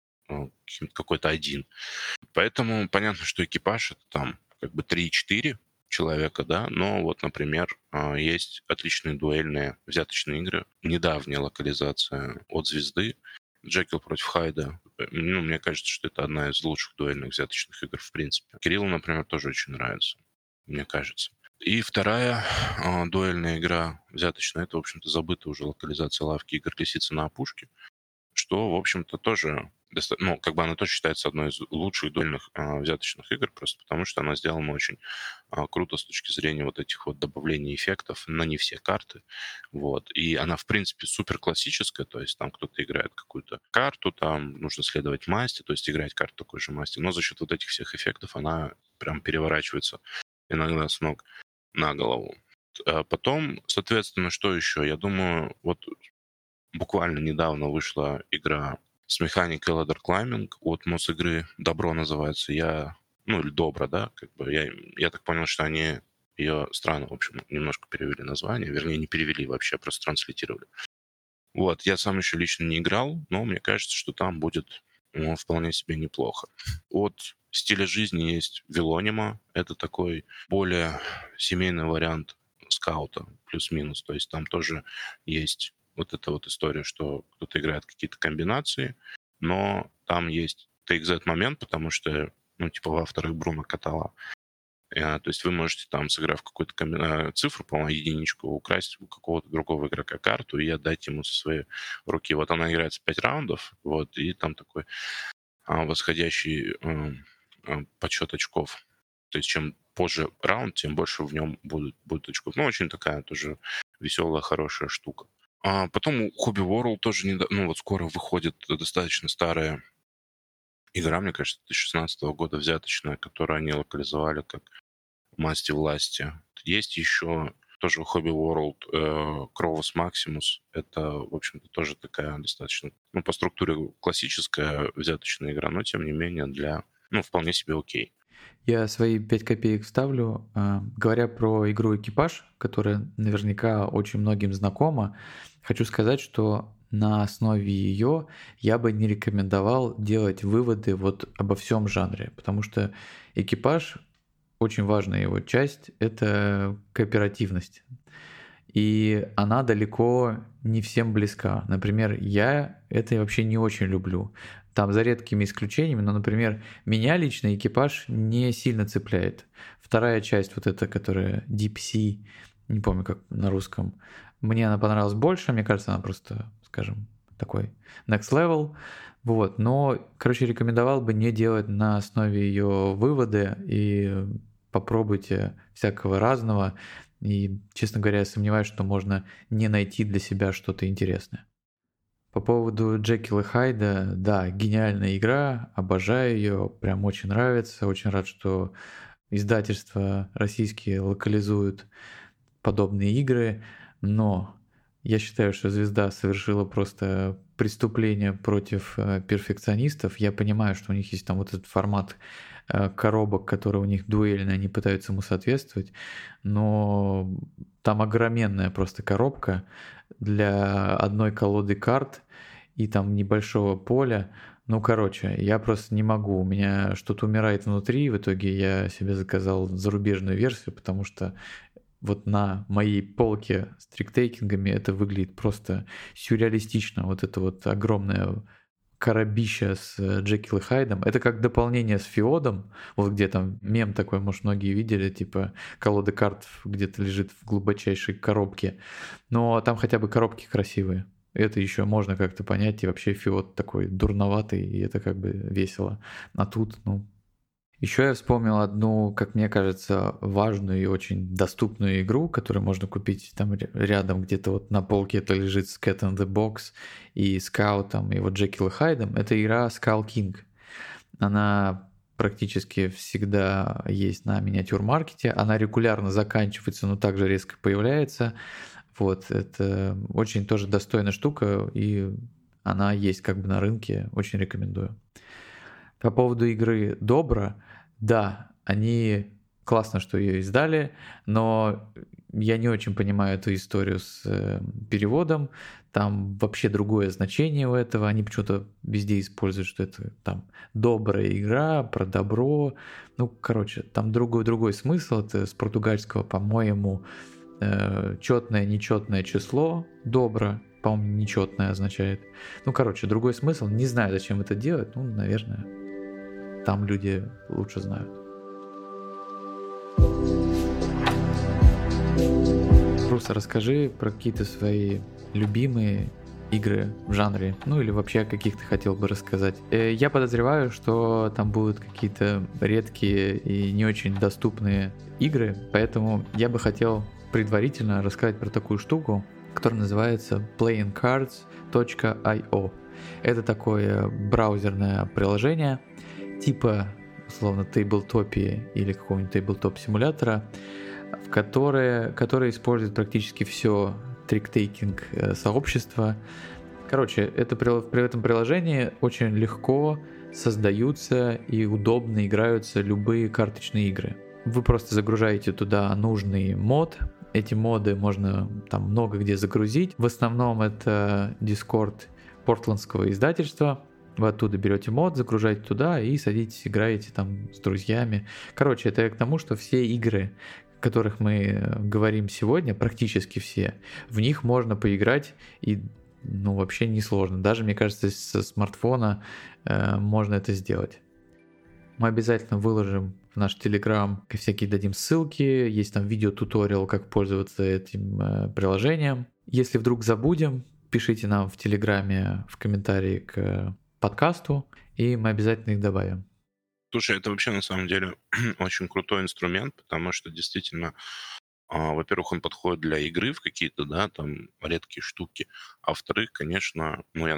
какой-то один. Поэтому понятно, что экипаж это там как бы 3-4 человека, да, но вот, например, есть отличные дуэльные взяточные игры. Недавняя локализация от Звезды, Джекил против Хайда. Ну, мне кажется, что это одна из лучших дуэльных взяточных игр в принципе. Кириллу, например, тоже очень нравится, мне кажется. И вторая дуэльная игра взяточная, это, в общем-то, забытая уже локализация лавки игр «Лисица на опушке», что, в общем-то, тоже, ну, как бы она тоже считается одной из лучших дуэльных взяточных игр, просто потому что она сделана очень круто с точки зрения вот этих вот добавлений эффектов на не все карты, вот. И она, в принципе, супер классическая, то есть там кто-то играет какую-то карту, там нужно следовать масти, то есть играть карту такой же масти, но за счет вот этих всех эффектов она прям переворачивается иногда с ног на голову. Потом, соответственно, что еще? Я думаю, вот буквально недавно вышла игра с механикой Ladder Climbing от Мосигры. Добро называется. Или Добро, да, как бы я так понял, что они ее странно, в общем, немножко перевели название. Вернее, не перевели вообще, просто транслитировали. Вот, я сам еще лично не играл, но мне кажется, что там будет вполне себе неплохо. От стиля жизни есть Велонима. Это такой более семейный вариант скаута, плюс-минус. То есть там тоже есть вот эта вот история, что кто-то играет какие-то комбинации, но там есть TXZ-момент, потому что, во вторых Бруно катала. То есть вы можете там, сыграв какую-то цифру, по-моему, единичку, украсть у какого-то другого игрока карту и отдать ему со своей руки. Вот она играется 5 раундов, вот, и там такой восходящий подсчет очков. То есть чем позже раунд, тем больше в нем будет очков. Очень такая тоже веселая, хорошая штука. А потом у Hobby World тоже скоро выходит достаточно старая игра, мне кажется, 2016 года, взяточная, которую они локализовали как «Масти власти». Есть еще тоже в Hobby World Krovos Maximus. Это, в общем-то, тоже такая достаточно, по структуре классическая взяточная игра, но, тем не менее, для, вполне себе окей. Я свои 5 копеек вставлю. Говоря про игру «Экипаж», которая наверняка очень многим знакома, хочу сказать, что на основе ее я бы не рекомендовал делать выводы вот обо всем жанре, потому что «Экипаж», очень важная его часть — это кооперативность. И она далеко не всем близка. Например, я это вообще не очень люблю. Там за редкими исключениями, но, например, меня лично «Экипаж» не сильно цепляет. Вторая часть, вот эта, которая Deep Sea, не помню, как на русском, мне она понравилась больше, мне кажется, она просто, скажем, такой next level. Вот. Но, рекомендовал бы не делать на основе ее выводы и попробуйте всякого разного. И, честно говоря, я сомневаюсь, что можно не найти для себя что-то интересное. По поводу Джекила и Хайда, да, гениальная игра, обожаю ее, прям очень нравится. Очень рад, что издательства российские локализуют подобные игры. Но я считаю, что Звезда совершила просто преступление против перфекционистов. Я понимаю, что у них есть там вот этот формат коробок, которые у них дуэльные, они пытаются ему соответствовать, но там огроменная просто коробка для одной колоды карт и там небольшого поля. Я просто не могу, у меня что-то умирает внутри, в итоге я себе заказал зарубежную версию, потому что вот на моей полке с триктейкингами это выглядит просто сюрреалистично, вот это вот огромное коробища с Джекил и Хайдом. Это как дополнение с Феодом, вот где там мем такой, может, многие видели, типа колода карт где-то лежит в глубочайшей коробке. Но там хотя бы коробки красивые. Это еще можно как-то понять, и вообще Феод такой дурноватый, и это как бы весело. А тут, Еще я вспомнил одну, как мне кажется, важную и очень доступную игру, которую можно купить там рядом где-то вот на полке. Это лежит с Cat in the Box и Скаутом, и вот Джекил и Хайдом. Это игра Skull King. Она практически всегда есть на миниатюр-маркете. Она регулярно заканчивается, но также резко появляется. Вот, это очень тоже достойная штука, и она есть как бы на рынке. Очень рекомендую. По поводу игры Добра, да, они классно, что ее издали, но я не очень понимаю эту историю с переводом. Там вообще другое значение у этого. Они почему-то везде используют, что это там добрая игра про добро. Там другой смысл. Это с португальского, по-моему, четное, нечетное число добро. По-моему, нечетное означает. Другой смысл. Не знаю, зачем это делать. Наверное, там люди лучше знают. Просто расскажи про какие-то свои любимые игры в жанре, или вообще о каких ты хотел бы рассказать. Я подозреваю, что там будут какие-то редкие и не очень доступные игры, поэтому я бы хотел предварительно рассказать про такую штуку, которая называется playingcards.io. Это такое браузерное приложение, типа, условно, Tabletopia или какого-нибудь Tabletop-симулятора, которое использует практически все трик-тейкинг сообщества. В этом приложении очень легко создаются и удобно играются любые карточные игры. Вы просто загружаете туда нужный мод. Эти моды можно там много где загрузить. В основном это Discord портландского издательства. Вы оттуда берете мод, загружаете туда и садитесь, играете там с друзьями. Короче, это к тому, что все игры, о которых мы говорим сегодня, практически все, в них можно поиграть и вообще несложно. Даже, мне кажется, со смартфона можно это сделать. Мы обязательно выложим в наш Телеграм, всякие дадим ссылки, есть там видео-туториал, как пользоваться этим приложением. Если вдруг забудем, пишите нам в Телеграме в комментарии к подкасту, и мы обязательно их добавим. Слушай, это вообще на самом деле очень крутой инструмент, потому что действительно, во-первых, он подходит для игры в какие-то, да, там редкие штуки, а во-вторых, конечно,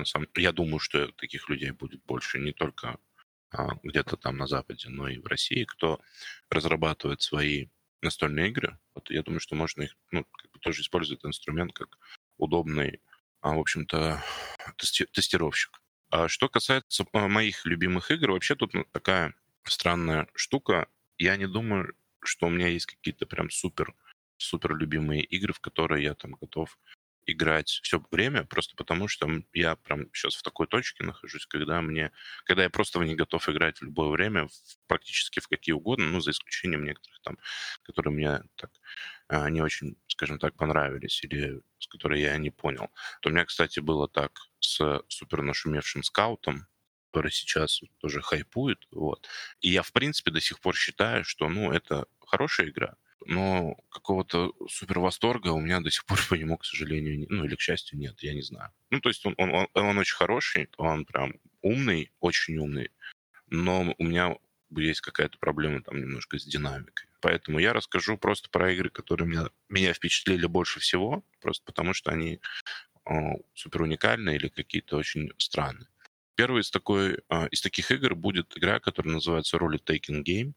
я думаю, что таких людей будет больше не только где-то там на Западе, но и в России, кто разрабатывает свои настольные игры. Вот я думаю, что можно их тоже использовать этот инструмент как удобный, в общем-то, тестировщик. А что касается моих любимых игр, вообще тут такая странная штука. Я не думаю, что у меня есть какие-то прям супер любимые игры, в которые я там готов играть все время, просто потому что я прям сейчас в такой точке нахожусь, когда я просто не готов играть в любое время, практически в какие угодно, за исключением некоторых там, которые мне так не очень, скажем так, понравились или с которой я не понял. То у меня, кстати, было так с супер нашумевшим скаутом, который сейчас тоже хайпует, вот. И я, в принципе, до сих пор считаю, что, это хорошая игра, но какого-то супер восторга у меня до сих пор по нему, к сожалению, или к счастью, нет, я не знаю. То есть он очень хороший, он прям умный, очень умный, но у меня есть какая-то проблема там немножко с динамикой. Поэтому я расскажу просто про игры, которые меня впечатлили больше всего, просто потому что они супер уникальные или какие-то очень странные. Первый из таких игр будет игра, которая называется Roller Taking Game.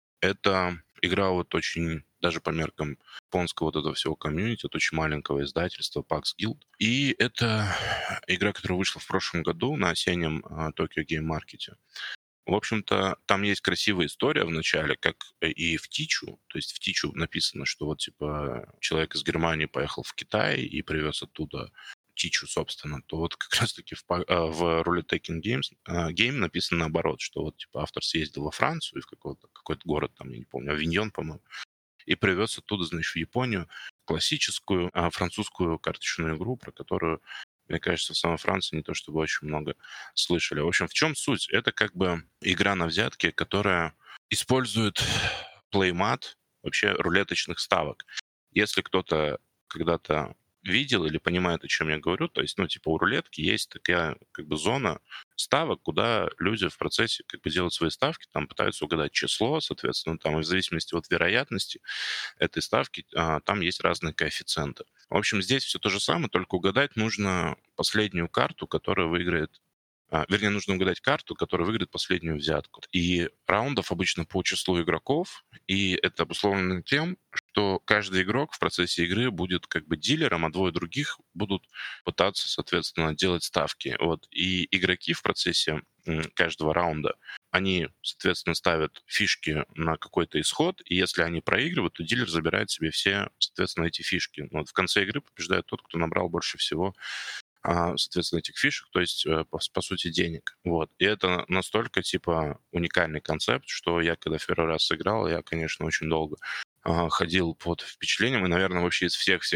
Это игра очень, даже по меркам японского этого всего комьюнити, это очень маленького издательства PAX Guild. И это игра, которая вышла в прошлом году на осеннем Tokyo Game Market. В общем-то, там есть красивая история в начале, как и в Тичу. То есть в Тичу написано, что человек из Германии поехал в Китай и привез оттуда Тичу, собственно, то вот как раз-таки в Roller Taking Game написано наоборот, что автор съездил во Францию, в какой-то город, там, я не помню, Авиньон, по-моему, и привез оттуда, значит, в Японию классическую французскую карточную игру, про которую, мне кажется, в самой Франции не то чтобы очень много слышали. В общем, в чем суть? Это как бы игра на взятки, которая использует плеймат, вообще рулеточных ставок. Если кто-то когда-то видел или понимает, о чем я говорю, то есть, у рулетки есть такая как бы зона ставок, куда люди в процессе как бы делают свои ставки, там пытаются угадать число, соответственно, там и в зависимости от вероятности этой ставки там есть разные коэффициенты. В общем, здесь все то же самое, только угадать нужно последнюю карту, которая выиграет. Вернее, нужно угадать карту, которая выиграет последнюю взятку. И раундов обычно по числу игроков, и это обусловлено тем, что каждый игрок в процессе игры будет как бы дилером, а двое других будут пытаться, соответственно, делать ставки. И игроки в процессе каждого раунда, они, соответственно, ставят фишки на какой-то исход, и если они проигрывают, то дилер забирает себе все, соответственно, эти фишки. В конце игры побеждает тот, кто набрал больше всего, соответственно, этих фишек, то есть, по сути, денег. И это настолько, уникальный концепт, что я, когда в первый раз сыграл, я, конечно, очень долго ходил под впечатлением, и, наверное, вообще из всех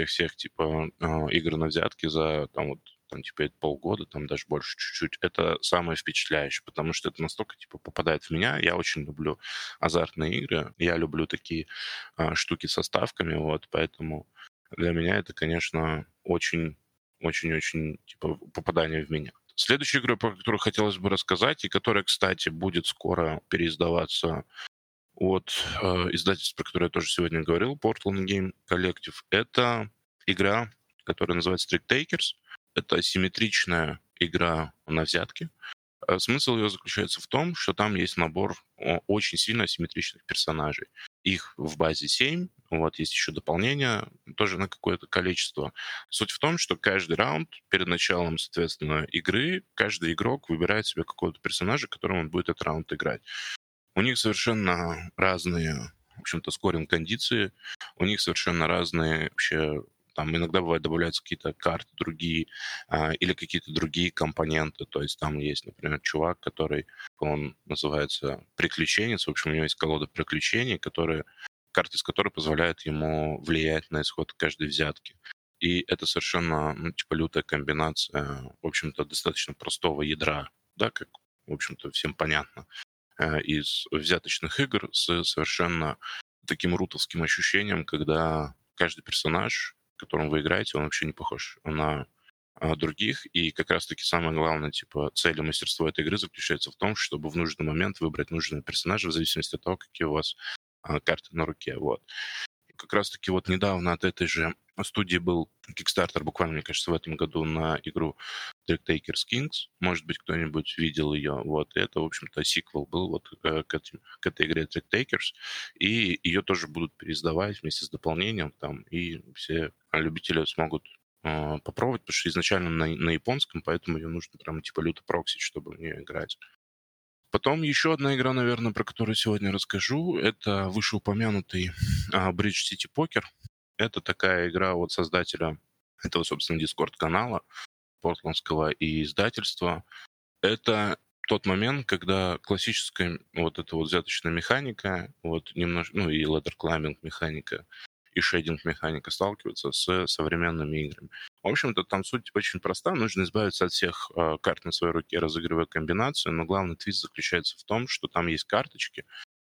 игр на взятки за, это полгода, там даже больше чуть-чуть, это самое впечатляющее, потому что это настолько, попадает в меня. Я очень люблю азартные игры, я люблю такие штуки со ставками, поэтому для меня это, конечно, очень-очень, попадание в меня. Следующая игра, про которую хотелось бы рассказать, и которая, кстати, будет скоро переиздаваться от издательств, про которое я тоже сегодня говорил, Portland Game Collective, это игра, которая называется Trick Takers. Это асимметричная игра на взятки. Смысл ее заключается в том, что там есть набор очень сильно асимметричных персонажей. Их в базе 7, есть еще дополнение, тоже на какое-то количество. Суть в том, что каждый раунд, перед началом, соответственно, игры, каждый игрок выбирает себе какого-то персонажа, которым он будет этот раунд играть. У них совершенно разные, в общем-то, скоринг-кондиции, у них совершенно разные вообще там иногда бывает добавляются какие-то карты другие или какие-то другие компоненты. То есть там есть, например, чувак, который, он называется приключенец. В общем, у него есть колода приключений, карты из которой позволяют ему влиять на исход каждой взятки. И это совершенно, типа, лютая комбинация, в общем-то, достаточно простого ядра, да, как, в общем-то, всем понятно, из взяточных игр с совершенно таким рутовским ощущением, когда каждый персонаж, которым вы играете, он вообще не похож на других. И как раз-таки самое главное, типа, цель и мастерство этой игры заключается в том, чтобы в нужный момент выбрать нужного персонажа в зависимости от того, какие у вас карты на руке. Вот. Как раз-таки вот недавно от этой же студии был Kickstarter, буквально, мне кажется, в этом году на игру Trick Takers Kings. Может быть, кто-нибудь видел ее. Вот. И это, в общем-то, сиквел был вот к этой игре Trick Takers. И ее тоже будут переиздавать вместе с дополнением там, и все любители смогут попробовать, потому что изначально на японском, поэтому ее нужно прям типа люто проксить, чтобы в нее играть. Потом еще одна игра, наверное, про которую сегодня расскажу, это вышеупомянутый Bridge City Poker. Это такая игра от создателя этого, собственно, Discord-канала портландского и издательства. Это тот момент, когда классическая вот эта вот взяточная механика, вот немножко, ну и ladder climbing механика, и шейдинг механика сталкиваются с современными играми. В общем-то, там суть очень проста. Нужно избавиться от всех карт на своей руке, разыгрывая комбинацию, но главный твист заключается в том, что там есть карточки,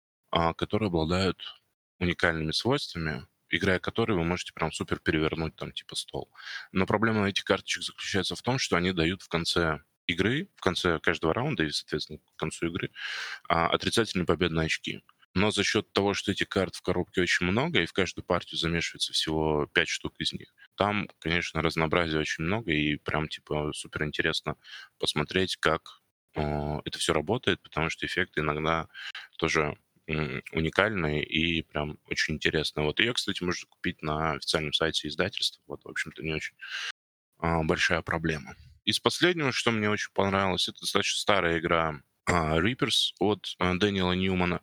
которые обладают уникальными свойствами, играя которые вы можете прям супер перевернуть там типа стол. Но проблема этих карточек заключается в том, что они дают в конце игры, в конце каждого раунда и, соответственно, к концу игры отрицательные победные очки. Но за счет того, что этих карт в коробке очень много, и в каждую партию замешивается всего 5 штук из них, там, конечно, разнообразия очень много, и прям, типа, супер интересно посмотреть, как это все работает, потому что эффекты иногда тоже уникальные и прям очень интересные. Вот ее, кстати, можно купить на официальном сайте издательства. Вот, в общем-то, не очень большая проблема. Из последнего, что мне очень понравилось, это достаточно старая игра Reapers от Дэниела Ньюмана.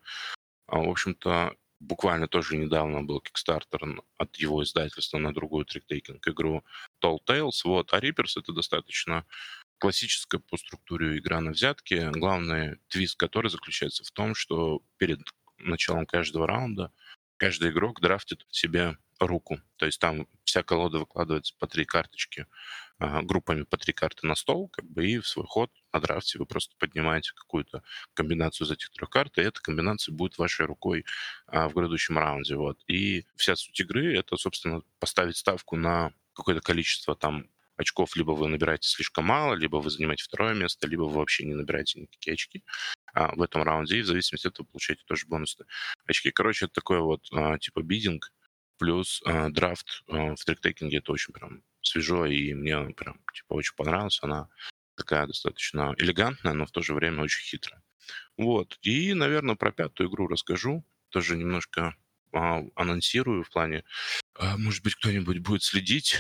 В общем-то, буквально тоже недавно был Kickstarter от его издательства на другую трик-тейкинг игру Tall Tales. Вот. А Reapers — это достаточно классическая по структуре игра на взятки. Главный твист которой заключается в том, что перед началом каждого раунда каждый игрок драфтит себе руку. То есть там вся колода выкладывается по 3 карточки, группами по 3 карты на стол, как бы, и в свой ход на драфте вы просто поднимаете какую-то комбинацию из этих 3 карт, и эта комбинация будет вашей рукой в грядущем раунде. Вот. И вся суть игры — это, собственно, поставить ставку на какое-то количество там очков, либо вы набираете слишком мало, либо вы занимаете второе место, либо вы вообще не набираете никакие очки в этом раунде, и в зависимости от этого получаете тоже бонусные очки. Короче, это такой вот типа бидинг плюс драфт в трик-тейкинге. Это очень прям свежо, и мне прям типа очень понравилось. Она такая достаточно элегантная, но в то же время очень хитрая. Вот. И, наверное, про 5-ю игру расскажу. Тоже немножко анонсирую в плане, может быть, кто-нибудь будет следить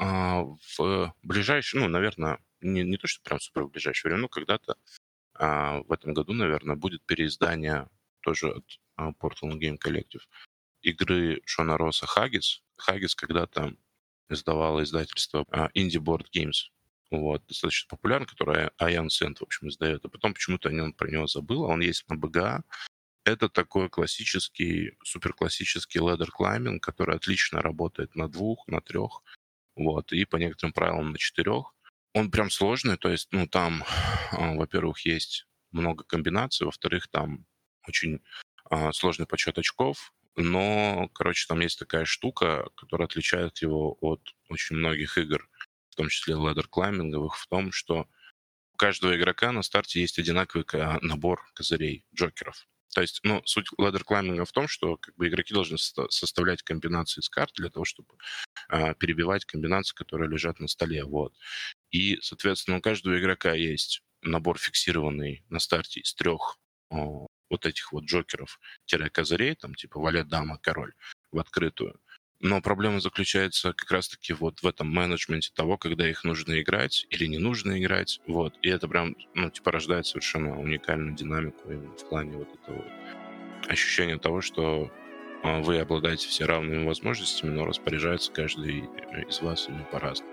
в ближайшее, наверное, не то, что прям супер в ближайшее время, но когда-то в этом году, наверное, будет переиздание тоже от Portland Game Collective игры Шона Росса Haggis. Haggis когда-то издавало издательство Indie Board Games. Вот, достаточно популярный, которое Ian Sand, в общем, издает. А потом почему-то он про него забыл. Он есть на БГА. Это такой классический, суперклассический ladder climbing, который отлично работает на 2, на 3, вот, и по некоторым правилам на 4. Он прям сложный, то есть, там, во-первых, есть много комбинаций, во-вторых, там очень сложный подсчет очков, но, короче, там есть такая штука, которая отличает его от очень многих игр, в том числе ladder-клайминговых, в том, что у каждого игрока на старте есть одинаковый набор козырей, джокеров. То есть, суть ladder-клайминга в том, что как бы игроки должны составлять комбинации из карт для того, чтобы перебивать комбинации, которые лежат на столе. Вот. И, соответственно, у каждого игрока есть набор фиксированный на старте из 3 вот этих вот джокеров-козырей, там типа валет, дама, король, в открытую. Но проблема заключается как раз-таки вот в этом менеджменте того, когда их нужно играть или не нужно играть. Вот. И это прям, рождает совершенно уникальную динамику именно в плане вот этого ощущения того, что вы обладаете все равными возможностями, но распоряжается каждый из вас ими по-разному.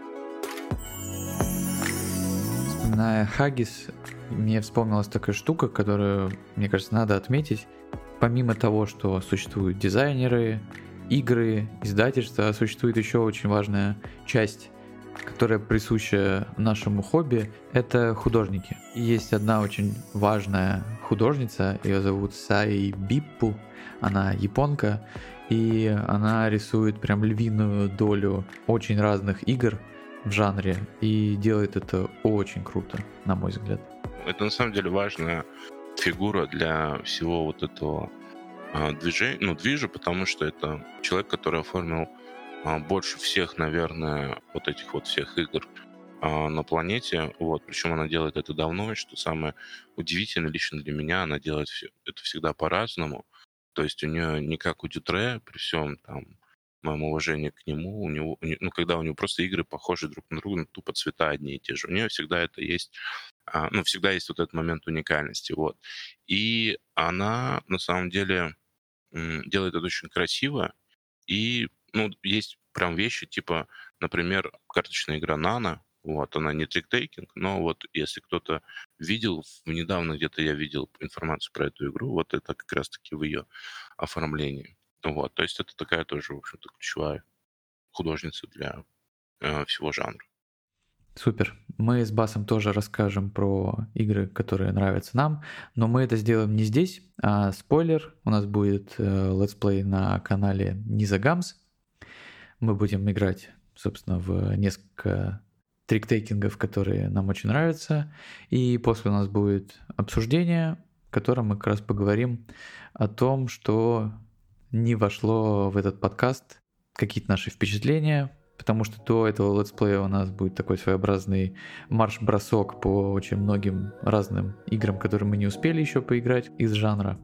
Вспоминая Haggis, мне вспомнилась такая штука, которую, мне кажется, надо отметить. Помимо того, что существуют дизайнеры, игры, издательства, существует еще очень важная часть, которая присуща нашему хобби, это художники. И есть одна очень важная художница, ее зовут Саи Биппу, она японка, и она рисует прям львиную долю очень разных игр в жанре, и делает это очень круто, на мой взгляд. Это на самом деле важная фигура для всего вот этого движа, потому что это человек, который оформил больше всех, наверное, вот этих вот всех игр на планете. Вот. Причем она делает это давно, и что самое удивительное лично для меня, она делает это всегда по-разному. То есть у нее не как у Дютре, при всем там моем уважении к нему, когда у него просто игры похожи друг на друга, тупо цвета одни и те же. У нее всегда это есть, всегда есть вот этот момент уникальности. Вот. И она на самом деле делает это очень красиво. И есть прям вещи, типа, например, карточная игра Nano. Вот, она не трик-тейкинг, но вот если кто-то видел, недавно где-то я видел информацию про эту игру, вот это как раз-таки в ее оформлении. Вот, то есть это такая тоже, в общем-то, ключевая художница для всего жанра. Супер. Мы с Басом тоже расскажем про игры, которые нравятся нам, но мы это сделаем не здесь, а спойлер, у нас будет летсплей на канале Nisa Gams. Мы будем играть, собственно, в несколько трик-тейкингов, которые нам очень нравятся, и после у нас будет обсуждение, в котором мы как раз поговорим о том, что не вошло в этот подкаст, какие-то наши впечатления, потому что до этого летсплея у нас будет такой своеобразный марш-бросок по очень многим разным играм, которые мы не успели еще поиграть из жанра.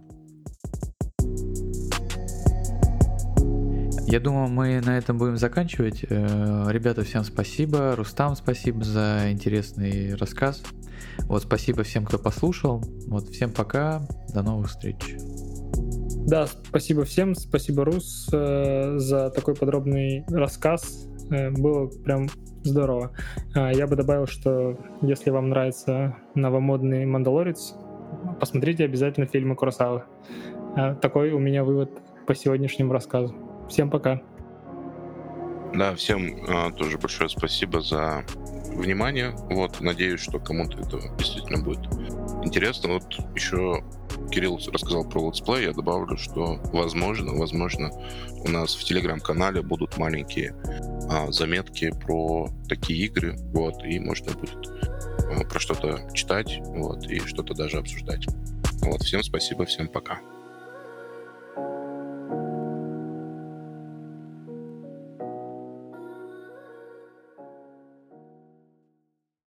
Я думаю, мы на этом будем заканчивать. Ребята, всем спасибо. Рустам, спасибо за интересный рассказ. Вот, спасибо всем, кто послушал. Вот, всем пока. До новых встреч. Да, спасибо всем. Спасибо, Рус, за такой подробный рассказ. Было прям здорово. Я бы добавил, что если вам нравится новомодный «Мандалорец», посмотрите обязательно фильмы Куросавы. Такой у меня вывод по сегодняшнему рассказу. Всем пока. Да, всем тоже большое спасибо за внимание. Вот, надеюсь, что кому-то это действительно будет интересно. Вот еще Кирилл рассказал про летсплей, я добавлю, что возможно, у нас в телеграм-канале будут маленькие заметки про такие игры, вот, и можно будет про что-то читать, вот, и что-то даже обсуждать. Вот, всем спасибо, всем пока.